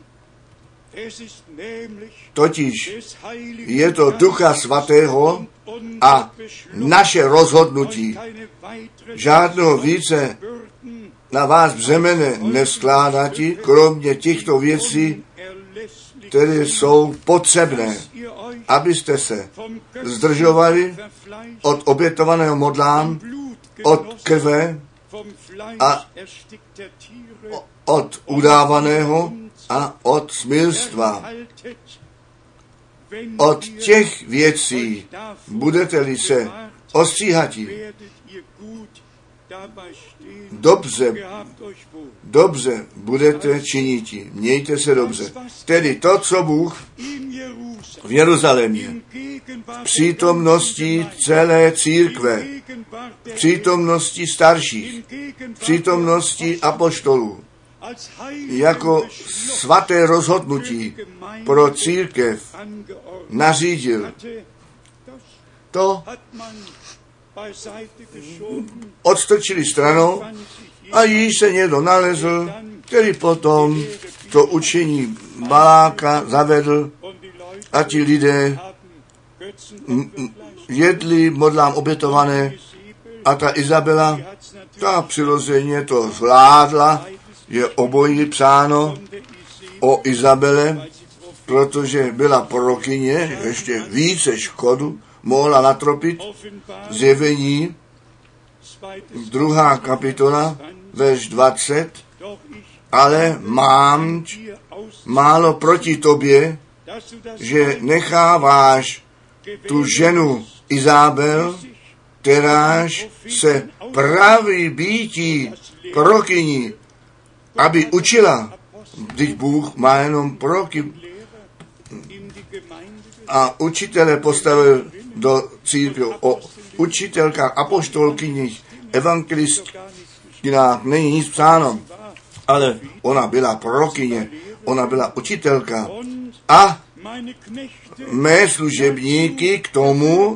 Totiž je to Ducha Svatého a naše rozhodnutí. Žádného více na vás břemene nevskládatí, kromě těchto věcí, které jsou potřebné, abyste se zdržovali od obětovaného modlám, od krve a od udávaného a od smilstva. Od těch věcí budete-li se ostříhati, dobře budete činiti. Mějte se dobře. Tedy to, co Bůh v Jeruzalémě, v přítomnosti celé církve, v přítomnosti starších, v přítomnosti apoštolů, jako svaté rozhodnutí pro církev nařídil, to odstrčili stranou a již se někdo nalezl, který potom to učení Baláka zavedl a ti lidé jedli modlám obětované a ta Izabela, ta přirozeně to zvládla, je obojí psáno o Izabele, protože byla prorokyně, ještě více škodu mohla natropit. Zjevení 2. kapitola, verš 20, ale mám málo proti tobě, že necháváš tu ženu Izabel, kteráž se praví býtí prorokyní, aby učila. Vždyť Bůh má jenom proroky a učitele postavil do církve. O učitelkách, apoštolkyních, evangelistkách není nic psáno, ale ona byla prorokyně, ona byla učitelka a mé služebníky k tomu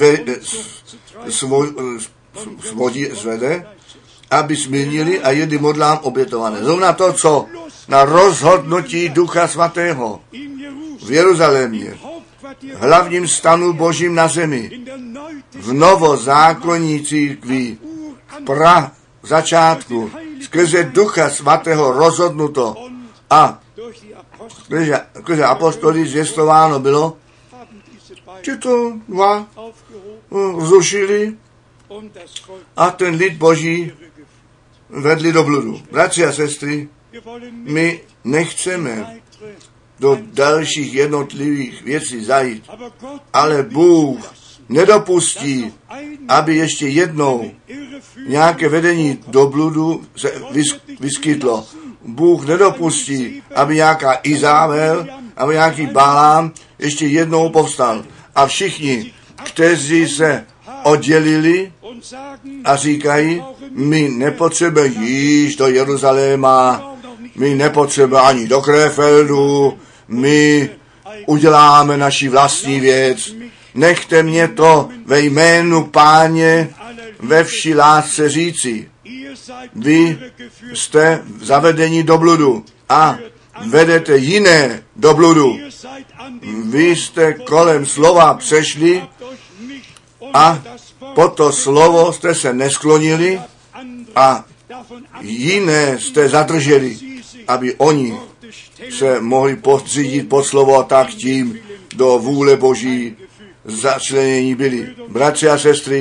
svede, aby smilnili a jedli modlám obětované. Zrovna to, co na rozhodnutí Ducha Svatého v Jeruzalémě, hlavním stanu Božím na zemi, v novozákonní církvi, v začátku, skrze Ducha Svatého rozhodnuto a skrze apostolí zvěstováno bylo, že to dva zrušili a ten lid Boží vedli do bludu. Bratři a sestry, my nechceme do dalších jednotlivých věcí zajít, ale Bůh nedopustí, aby ještě jednou nějaké vedení do bludu se vyskytlo. Bůh nedopustí, aby nějaká Izabel, aby nějaký Balám ještě jednou povstal. A všichni, kteří se oddělili a říkají, my nepotřebujeme jít do Jeruzaléma, my nepotřebujeme ani do Krefeldu, my uděláme naši vlastní věc. Nechte mě to ve jménu Páně ve vší lásce říci. Vy jste zavedeni do bludu a vedete jiné do bludu. Vy jste kolem slova přešli a po to slovo jste se nesklonili a jiné jste zadrželi, aby oni se mohli podřídit pod slovo a tak tím do vůle Boží začlenění byli. Bratři a sestry,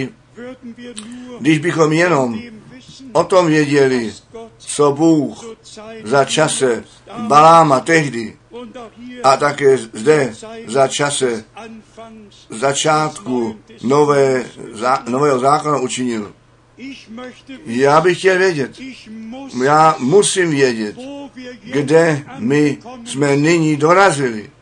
Když bychom jenom o tom věděli, co Bůh za čase Baláma tehdy a také zde za čase začátku nového zákona učinil. Já bych chtěl vědět, já musím vědět, kde my jsme nyní dorazili,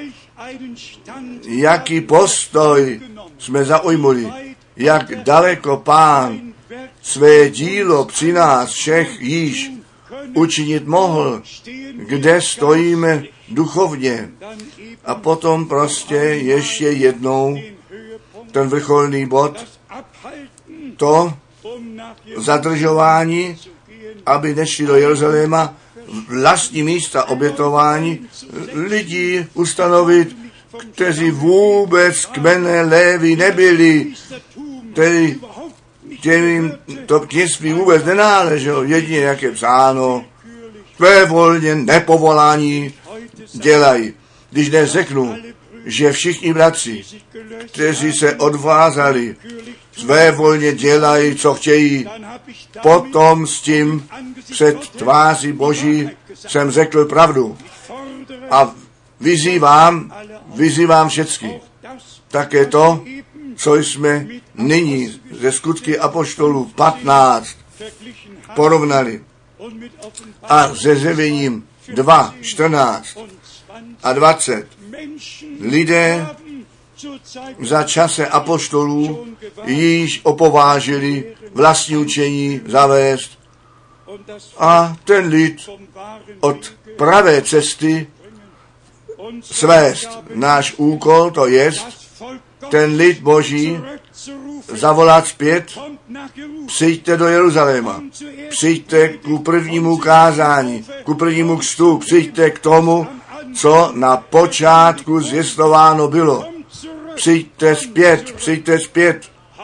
jaký postoj jsme zaujmuli, jak daleko Pán své dílo při nás všech již učinit mohl, kde stojíme duchovně. A potom prostě ještě jednou ten vrcholný bod, to zadržování, aby nešli do Jeruzaléma, vlastní místa obětování, lidí ustanovit, kteří vůbec kmene Lévi nebyli, kterým to kněžství vůbec nenáleželo, jedině jak je psáno, svévolně nepovolání dělají. Když dnes řeknu, že všichni bratři, kteří se odvázali, svévolně dělají, co chtějí, potom s tím před tváří Boží jsem řekl pravdu. A vyzývám všecky. Také to, co jsme nyní ze Skutky apoštolů 15 porovnali a se Zjevením 2, 14 a 20. Lidé za čase apoštolů již opovážili vlastní učení zavést a ten lid od pravé cesty svést. Náš úkol to je ten lid Boží zavolat zpět, přijďte do Jeruzaléma, přijďte ku prvnímu kázání, ku prvnímu křtu, přijďte k tomu, co na počátku zvěstováno bylo. Přijďte zpět.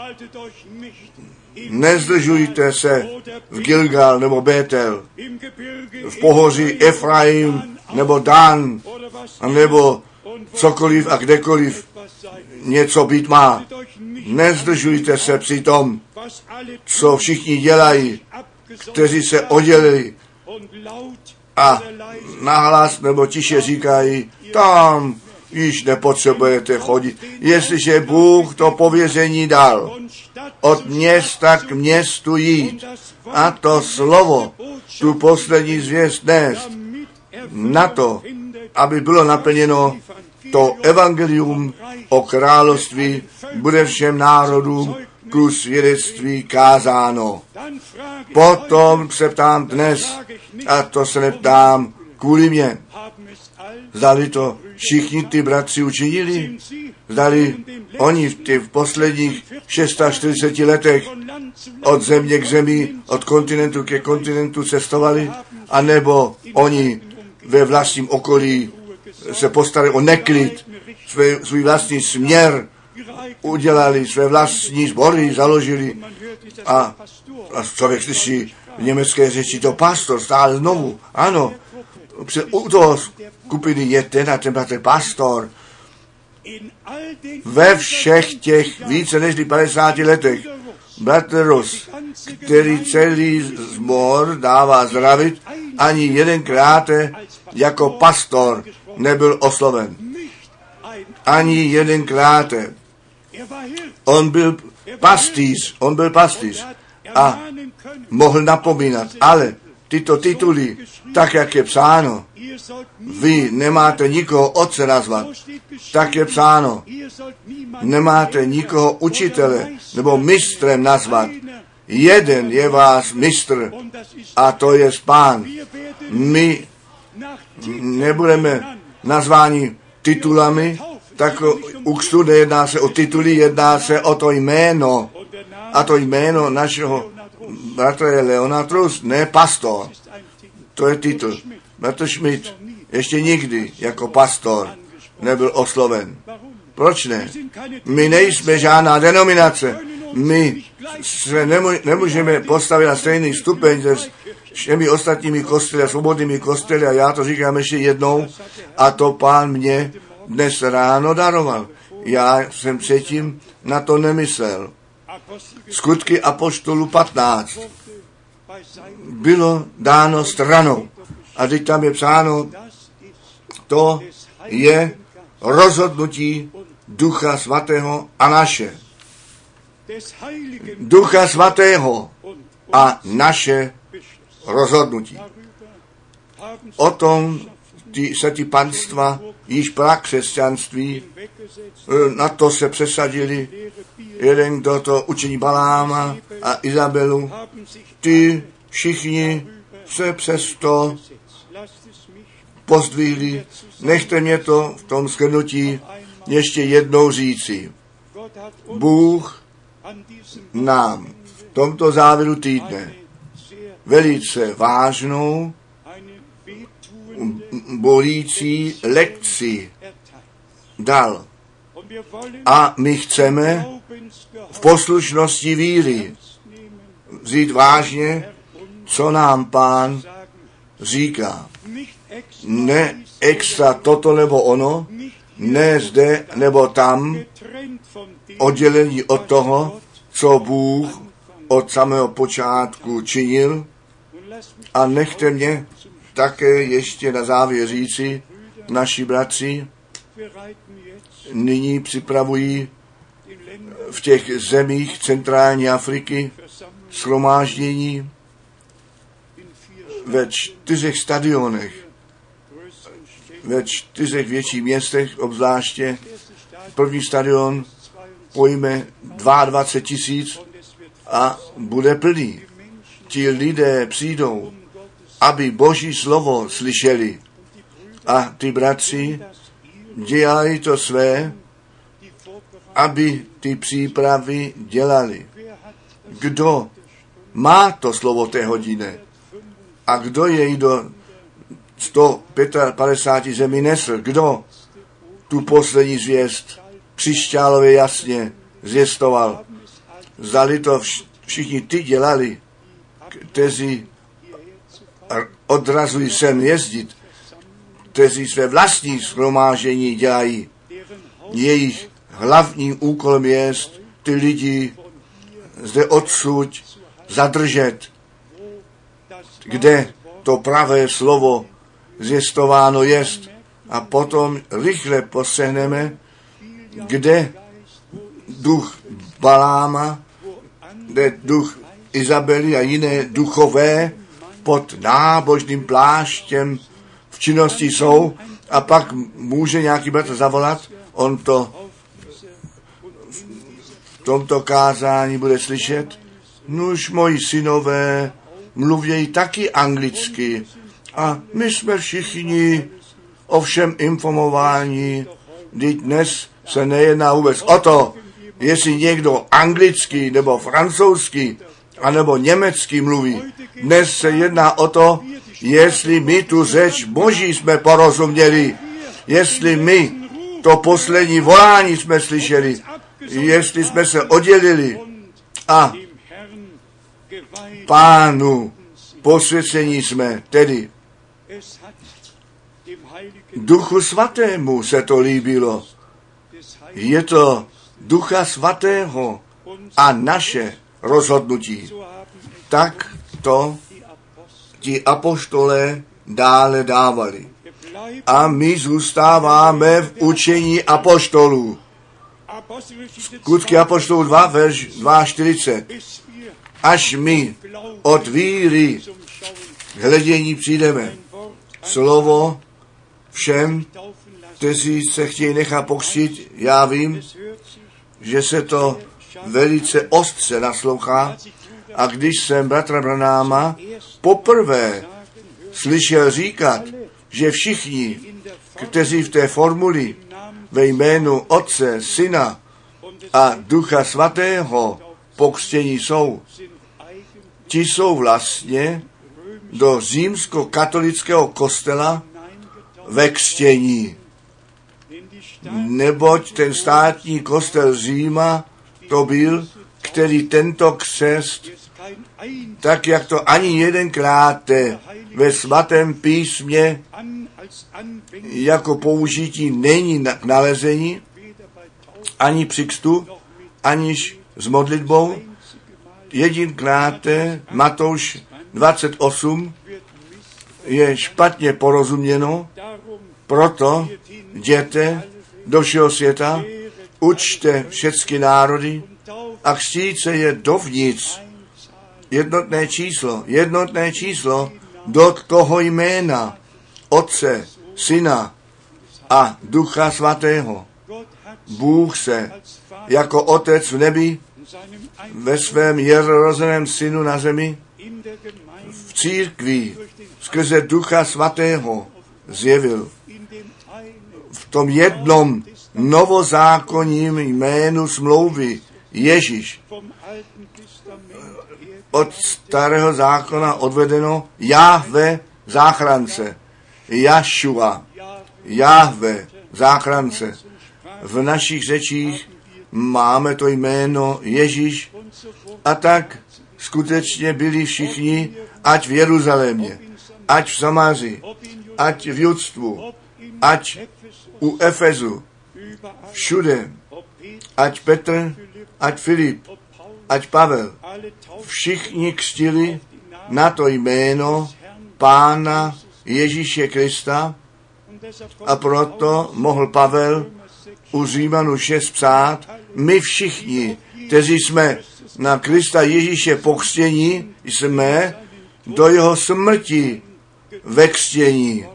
Nezdržujte se v Gilgal nebo Bétel, v pohoří Efraim nebo Dan, nebo cokoliv a kdekoliv něco být má. Nezdržujte se při tom, co všichni dělají, kteří se oddělili a nahlas nebo tiše říkají, tam již nepotřebujete chodit. Jestliže Bůh to pověření dal, od města k městu jít a to slovo, tu poslední zvěst nést, na to, aby bylo naplněno to evangelium o království, bude všem národům ku svědectví kázáno. Potom se ptám dnes, a to se neptám kvůli mě, zdali to všichni ty bratři učinili, zdali oni v posledních 640 letech od země k zemi, od kontinentu ke kontinentu cestovali, anebo oni ve vlastním okolí se postarali o neklid, svůj vlastní směr udělali, své vlastní sbory založili a člověk slyší v německé řeči to pastor stále znovu. Ano, u toho skupiny je ten a ten pastor. Ve všech těch více než 50 letech bratr Ross, který celý sbor dává zdravit, ani jedenkrát jako pastor nebyl osloven. Ani jedenkrát. On byl pastýř a mohl napomínat, ale tyto tituly, tak jak je psáno, vy nemáte nikoho otce nazvat, tak je psáno, nemáte nikoho učitele nebo mistrem nazvat. Jeden je vás mistr a to je Pán. My nebudeme nazváni titulami, tak u křtu nejedná se o tituly, jedná se o to jméno. A to jméno našeho bratra je Leonard Rust, ne pastor. To je titul. Bratr Schmidt ještě nikdy jako pastor nebyl osloven. Proč ne? My nejsme žádná denominace. My se nemůžeme postavit na stejný stupeň se všemi ostatními kostely a svobodnými kostely a já to říkám ještě jednou a to Pán mě dnes ráno daroval. Já jsem předtím na to nemyslel. Skutky apoštolů 15 bylo dáno stranou. A teď tam je psáno, to je rozhodnutí Ducha Svatého a naše. Ducha Svatého a naše rozhodnutí. O tom se ti panstva již prakřesťanství, na to se přesadili, jeden, kdo to učení Baláma a Izabelu, ty všichni se přesto pozdvihli. Nechte mě to v tom shrnutí ještě jednou říci. Bůh nám v tomto závěru týdne velice vážnou, bolící lekci dal. A my chceme v poslušnosti víry vzít vážně, co nám Pán říká. Ne extra toto nebo ono, ne zde nebo tam, oddělení od toho, co Bůh od samého počátku činil. A nechte mě také ještě na závěr říci, naši bratři nyní připravují v těch zemích centrální Afriky shromáždění ve 4 stadionech, ve 4 větších městech, obzvláště první stadion pojme 22 000 a bude plný. Ti lidé přijdou, aby Boží slovo slyšeli. A ty bratři dělají to své, aby ty přípravy dělali. Kdo má to slovo té hodiny a kdo jej do 155 zemí nesl, kdo tu poslední zvěst křišťálově jasně zvěstoval. Zdali to všichni ty dělali, kteří odrazují sem jezdit, kteří své vlastní shromáždění dělají. Jejich hlavním úkolem je ty lidi zde odsud zadržet, kde to pravé slovo zjistováno jest. A potom rychle postřehneme, kde duch Baláma, kde duch Izabely a jiné duchové pod nábožným pláštěm v činnosti jsou, a pak může nějaký bratr zavolat, on to v tomto kázání bude slyšet. Nuž moji synové mluvějí taky anglicky a my jsme všichni ovšem informováni, když dnes se nejedná vůbec o to, jestli někdo anglicky nebo francouzsky anebo německy mluví. Dnes se jedná o to, jestli my tu řeč Boží jsme porozuměli, jestli my to poslední volání jsme slyšeli, jestli jsme se oddělili a Pánu posvěcení jsme, tedy Duchu Svatému se to líbilo. Je to Ducha Svatého a naše rozhodnutí. Tak to ti apoštolé dále dávali. A my zůstáváme v učení apoštolů. Skutky apoštolů 2, verš 42. Až my od víry k hledění přijdeme. Slovo všem, kteří se chtějí nechat pokřtít, já vím, že se to velice ostře naslouchá. A když jsem bratra Branáma poprvé slyšel říkat, že všichni, kteří v té formuli ve jménu Otce, Syna a Ducha Svatého pokřtění jsou, ti jsou vlastně do římskokatolického kostela ve křtění. Neboť ten státní kostel Říma to byl, který tento křest, tak jak to ani jedenkrát ve svatém písmě jako použití není k nalezení, ani při křtu, aniž s modlitbou. Jedinkrát Matouš 28 je špatně porozuměno, proto jděte do všeho světa, učte všechny národy a křtíte je dovnitř. Jednotné číslo do toho jména Otce, Syna a Ducha Svatého. Bůh se jako Otec v nebi ve svém jednorozeném Synu na zemi v církvi skrze Ducha Svatého zjevil. V tom jednom novozákonním jménu smlouvy Ježíš. Od starého zákona odvedeno Jahve záchrance. Jašua. Jahve záchrance. V našich řečích máme to jméno Ježíš a tak skutečně byli všichni, ať v Jeruzalémě, ať v Samáři, ať v Judstvu, ať u Efezu, všude, ať Petr, ať Filip, ať Pavel, všichni křtili na to jméno Pána Ježíše Krista a proto mohl Pavel u Římanů 6 psát, my všichni, kteří jsme na Krista Ježíše pokřtění, jsme do jeho smrti ve křtění.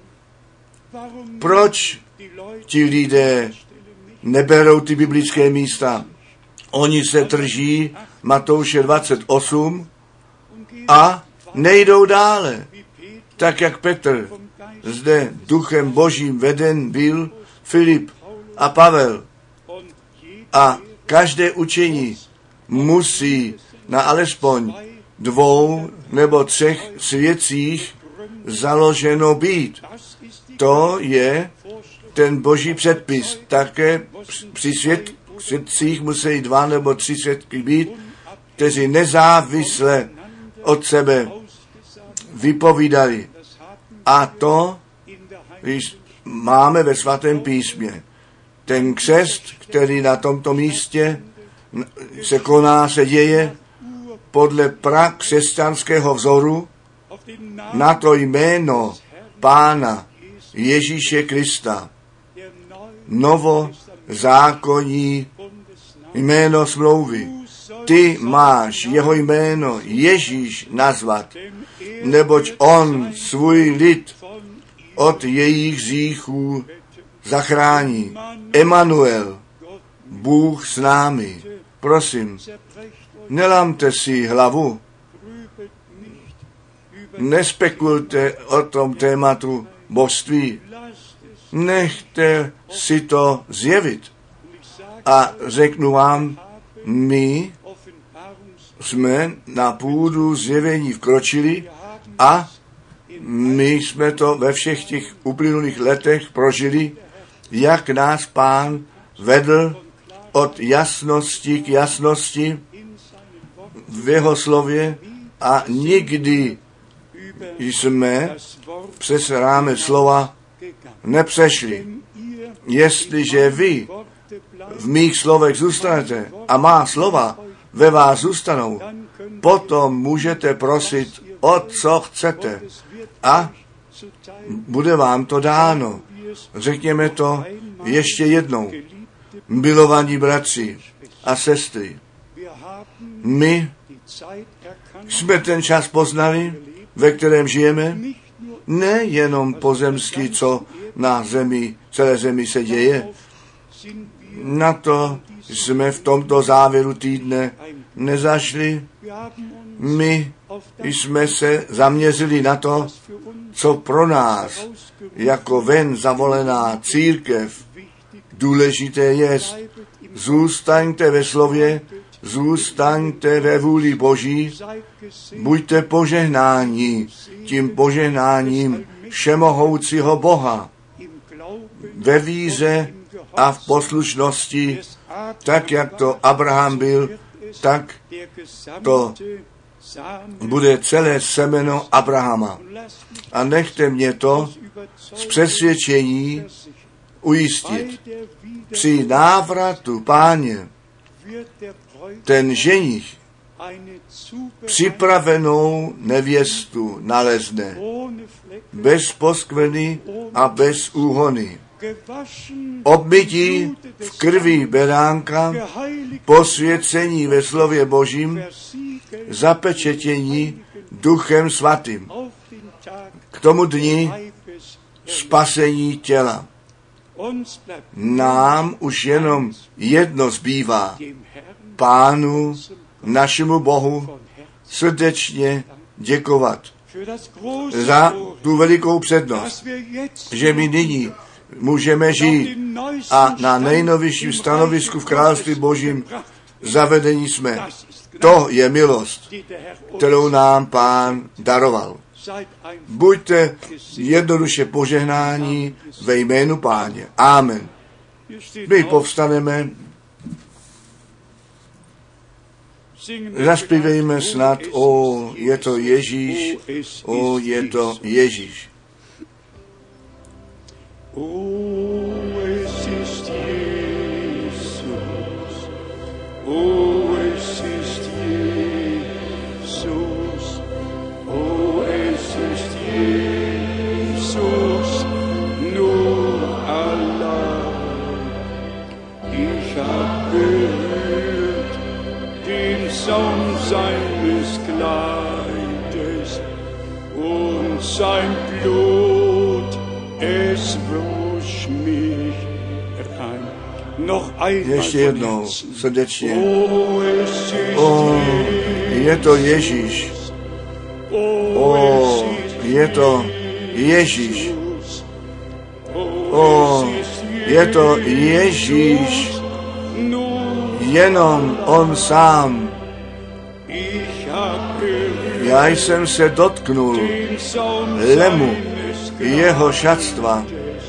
Proč ti lidé neberou ty biblické místa? Oni se drží Matouše 28 a nejdou dále. Tak jak Petr zde duchem božím veden byl, Filip a Pavel. A každé učení musí na alespoň 2 nebo 3 svědcích založeno být. To je ten boží předpis. Také při svědcích musí 2 nebo 3 svědky být, kteří nezávisle od sebe vypovídali. A to máme ve svatém písmě. Ten křest, který na tomto místě se koná, se děje podle prakřesťanského vzoru na to jméno Pána Ježíše Krista. Novozákonní jméno smlouvy. Ty máš jeho jméno Ježíš nazvat, neboť on svůj lid od jejich hříchů zachrání. Emanuel, Bůh s námi. Prosím, nelamte si hlavu, nespekulujte o tom tématu božství, nechte si to zjevit. A řeknu vám, my jsme na půdu zjevení vkročili a my jsme to ve všech těch uplynulých letech prožili, jak nás Pán vedl od jasnosti k jasnosti v jeho slově a nikdy jsme přes rámec slova nepřešli. Jestliže vy v mých slovech zůstanete a má slova ve vás zůstanou, potom můžete prosit o co chcete a bude vám to dáno. Řekněme to ještě jednou. Milovaní bratři a sestry, my jsme ten čas poznali, ve kterém žijeme, nejenom pozemský, co na zemi, celé zemi se děje. Na to jsme v tomto závěru týdne nezašli. My jsme se zaměřili na to, co pro nás jako ven zavolená církev důležité je. Zůstaňte ve slově, zůstaňte ve vůli Boží, buďte požehnáni tím požehnáním všemohoucího Boha ve víře a v poslušnosti, tak jak to Abraham byl, tak to bude celé semeno Abrahama. A nechte mě to z přesvědčení ujistit. Při návratu Páně ten ženich připravenou nevěstu nalezne, bez poskvrny a bez úhony, obmytí v krvi beránka, posvěcení ve slově Božím, zapečetění Duchem Svatým, k tomu dni spasení těla. Nám už jenom jedno zbývá, Pánu, našemu Bohu, srdečně děkovat za tu velikou přednost, že my nyní můžeme žít a na nejnovějším stanovisku v království Božím zavedení jsme. To je milost, kterou nám Pán daroval. Buďte jednoduše požehnáni ve jménu Páně. Amen. My povstaneme, zaspívejme snad, o, je to Ježíš, o, je to Ježíš. Oh, es ist Jesus. Oh, es ist Jesus. Oh, es ist Jesus. Nur allein. Ich hab gehört den Saum seines Kleides und sein Blut. Es wusch mich rein. Noch einmal. Ještě jednou srdečně. Oh, es ist je to Ježíš. Oh, je to Ježíš. Oh, je to Ježíš. Jenom on sám. Já jsem se dotknul lemu jeho šatstva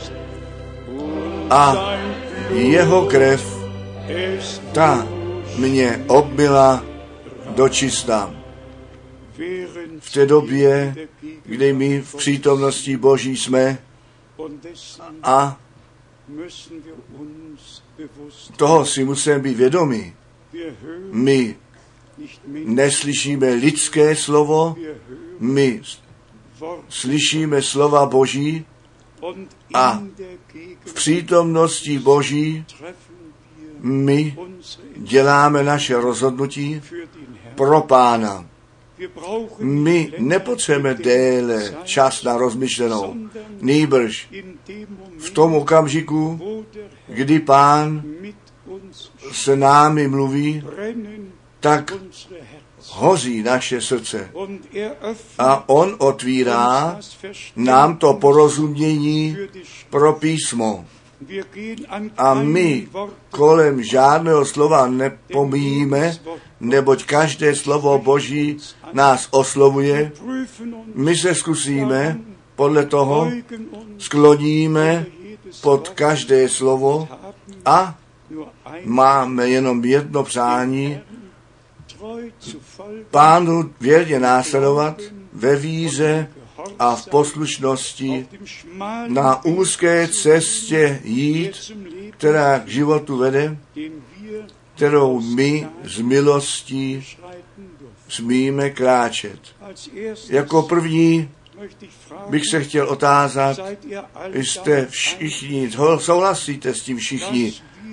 a jeho krev, ta mě obmyla dočista. V té době, kdy my v přítomnosti Boží jsme a toho si musíme být vědomi. My neslyšíme lidské slovo, my slyšíme slova Boží a v přítomnosti Boží my děláme naše rozhodnutí pro Pána. My nepotřebujeme déle čas na rozmyšlenou, nýbrž v tom okamžiku, kdy Pán s námi mluví, tak hoří naše srdce. A on otvírá nám to porozumění pro písmo. A my kolem žádného slova nepomíjíme, neboť každé slovo Boží nás oslovuje. My se zkusíme, podle toho skloníme pod každé slovo a máme jenom jedno přání, Pánu věrně následovat ve víře a v poslušnosti, na úzké cestě jít, která k životu vede, kterou my z milostí smíme kráčet. Jako první bych se chtěl otázat, jste všichni, souhlasíte s tím všichni,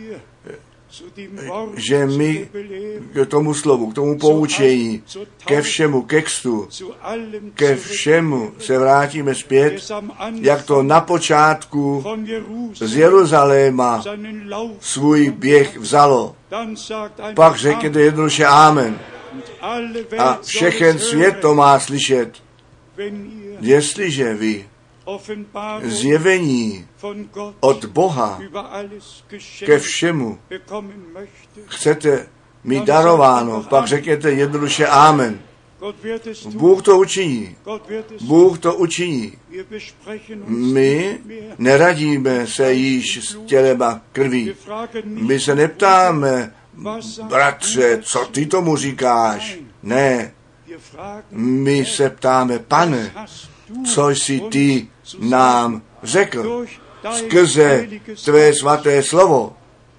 že my k tomu slovu, k tomu poučení, ke všemu textu, ke všemu se vrátíme zpět, jak to na počátku z Jeruzaléma svůj běh vzalo. Pak řekněte jednoduše amen. A všechen svět to má slyšet. Jestliže vy zjevení od Boha ke všemu chcete mít darováno, pak řekněte jednoduše amen. Bůh to učiní. Bůh to učiní. My neradíme se již s tělem a krví. My se neptáme, bratře, co ty tomu říkáš? Ne. My se ptáme, Pane, co jsi ty nám řekl skrze tvé svaté slovo.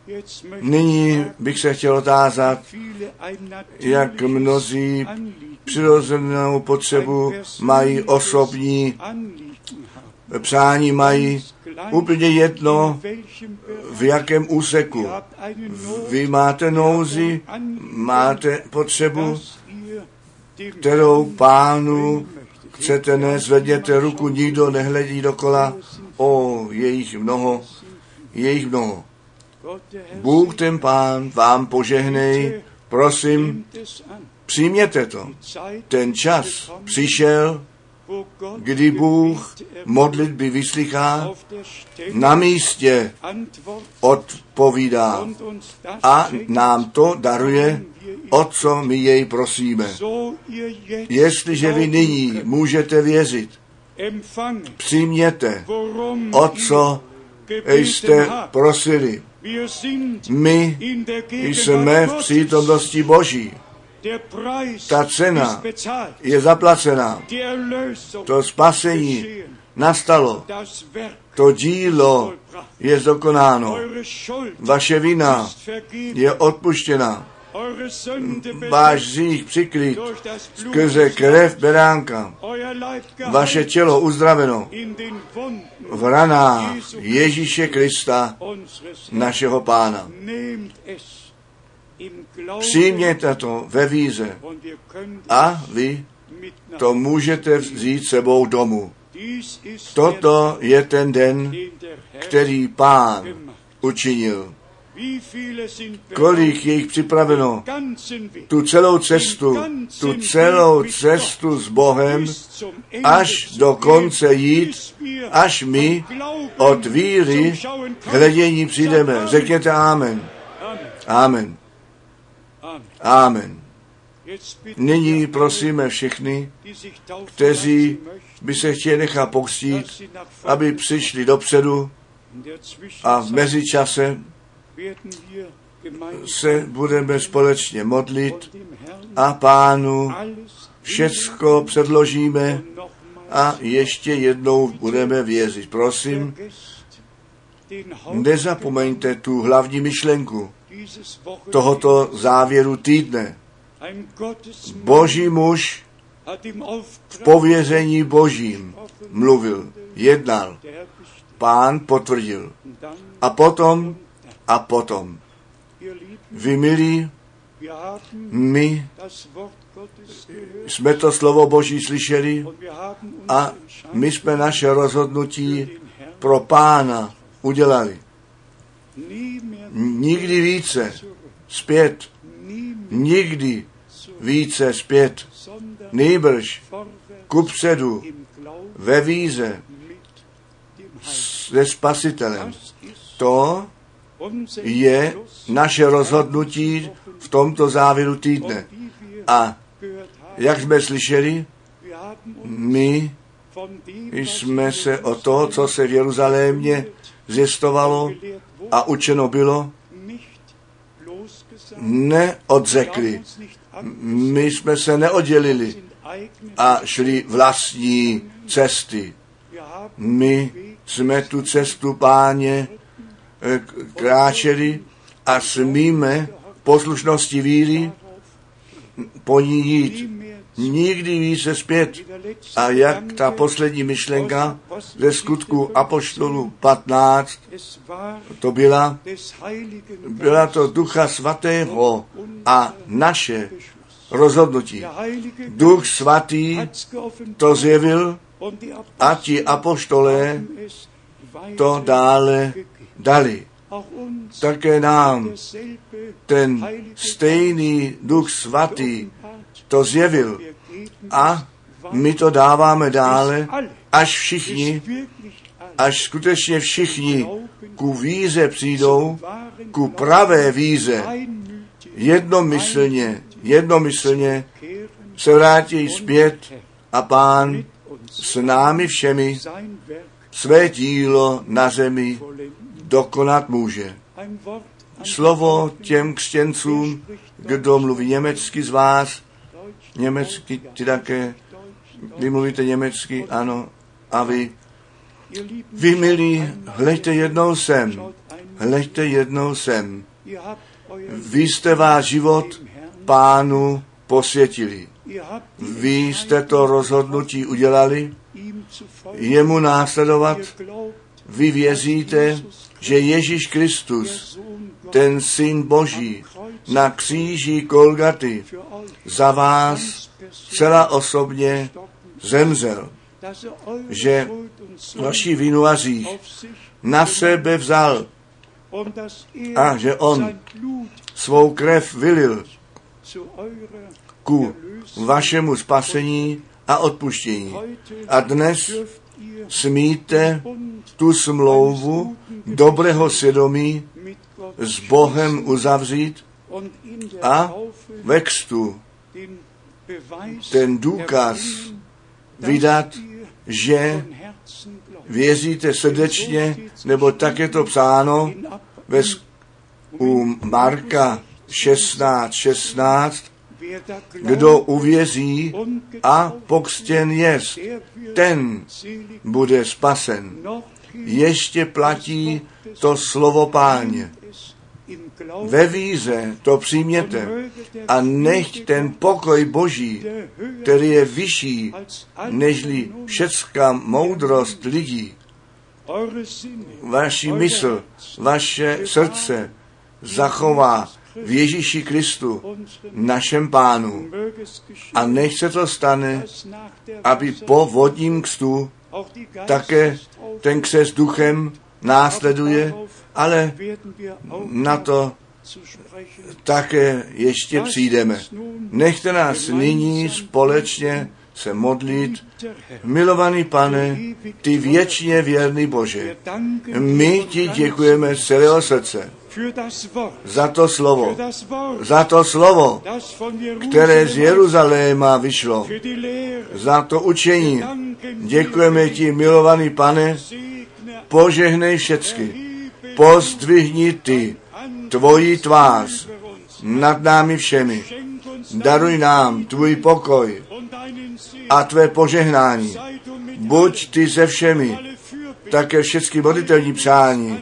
Nyní bych se chtěl otázat, jak mnozí přirozenou potřebu mají, osobní přání mají, úplně jedno, v jakém úseku. Vy máte nouzi, máte potřebu, kterou Pánu chcete nést, zvedněte ruku, nikdo nehledí dokola, je jich mnoho, je jich mnoho. Bůh ten Pán vám požehnej, prosím, přijměte to. Ten čas přišel, kdy Bůh modlitby vyslychá, na místě odpovídá a nám to daruje, o co my jej prosíme. Jestliže vy nyní můžete věřit, přijměte, o co jste prosili. My jsme v přítomnosti Boží. Ta cena je zaplacená. To spasení nastalo. To dílo je dokonáno. Vaše vina je odpuštěna. Váš hřích přikryt skrze krev beránka. Vaše tělo uzdraveno v ranách Ježíše Krista, našeho Pána. Přijměte to ve víře a vy to můžete vzít sebou domů. Toto je ten den, který Pán učinil. Kolik je jich připraveno tu celou cestu s Bohem až do konce jít, až my od víry hledění přijdeme. Řekněte amen. Amen. Amen. Nyní prosíme všechny, kteří by se chtěli nechat pokřtít, aby přišli dopředu a v mezičase se budeme společně modlit a Pánu všecko předložíme a ještě jednou budeme věřit. Prosím, nezapomeňte tu hlavní myšlenku tohoto závěru týdne. Boží muž v pověření Božím mluvil, jednal. Pán potvrdil. A potom, vy milí, my jsme to slovo Boží slyšeli a my jsme naše rozhodnutí pro Pána udělali. Nikdy více zpět, nikdy více zpět, nýbrž kupředu ve víře se Spasitelem. To je naše rozhodnutí v tomto závěru týdne. A jak jsme slyšeli, my jsme se o to, co se v Jeruzalémě zjistovalo a učeno bylo, neodřekli. My jsme se neoddělili a šli vlastní cesty. My jsme tu cestu Páně kráčeli a smíme poslušnosti víry po ní jít. Nikdy více zpět. A jak ta poslední myšlenka ze Skutku apoštolů 15, to byla to Ducha Svatého a naše rozhodnutí. Duch Svatý to zjevil a ti apoštolé to dále dali. Také nám ten stejný Duch Svatý to zjevil a my to dáváme dále, až skutečně všichni ku víře přijdou, ku pravé víře, jednomyslně se vrátí zpět a Pán s námi všemi své dílo na zemi dokonat může. Slovo těm křesťancům, kdo mluví německy z vás, německy ty také, vy mluvíte německy, ano, a vy milí, hleďte jednou sem hleďte jednou sem. Vy jste váš život Pánu posvětili. Vy jste to rozhodnutí udělali, jemu následovat. Vy věříte, že Ježíš Kristus, ten Syn Boží, na kříži Golgaty za vás celá osobně zemřel, že vaši vinu a hřích na sebe vzal a že on svou krev vylil ku vašemu spasení a odpuštění. A dnes smíte tu smlouvu dobrého svědomí s Bohem uzavřít a ve křtu ten důkaz vydat, že věříte srdečně, nebo tak je to psáno u Marka 16:16, kdo uvěří a pokřtěn jest, ten bude spasen. Ještě platí to slovo Páně. Ve víře to přijměte a nechť ten pokoj Boží, který je vyšší nežli všecká moudrost lidí, vaši mysl, vaše srdce zachová v Ježíši Kristu, našem Pánu. A nech se to stane, aby po vodním křtu také ten křest duchem následuje, ale na to také ještě přijdeme. Nechte nás nyní společně se modlit. Milovaný Pane, ty věčně věrný Bože, my ti děkujeme z celého srdce za to slovo, které z Jeruzaléma vyšlo, za to učení. Děkujeme ti, milovaný Pane, požehnej všecky, pozdvihni ty tvoji tvář nad námi všemi, daruj nám tvůj pokoj a tvé požehnání. Buď ty se všemi, také všechny modlitelní přání,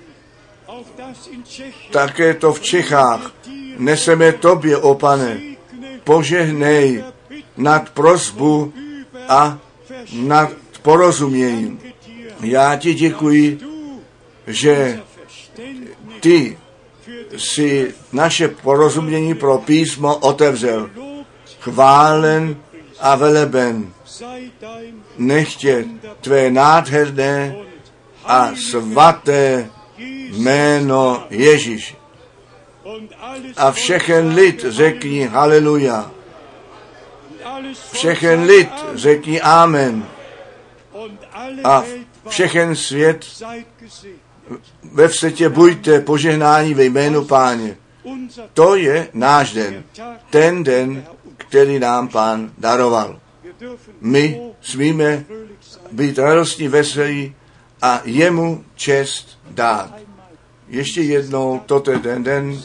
také to v Čechách neseme tobě, o Pane, požehnej nad prosbu a nad porozuměním. Já ti děkuji, že ty si naše porozumění pro písmo otevřel. Chválen a veleben nechtě tvé nádherné a svaté jméno Ježíš. A všechen lid řekni haleluja. Všechen lid řekni amen. A všechen svět ve světě buďte požehnání ve jménu Páně. To je náš den. Ten den, který nám Pán daroval. My smíme být radostní, veselí a jemu čest dát. Ještě jednou, toto je ten den.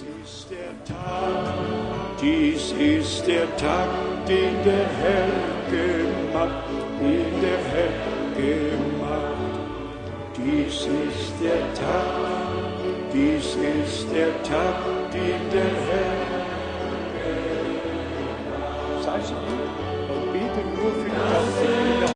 Dies ist der Tag, den der Herr gemacht, den der Herr gemacht. Dies ist der Tag, den der Herr gemacht.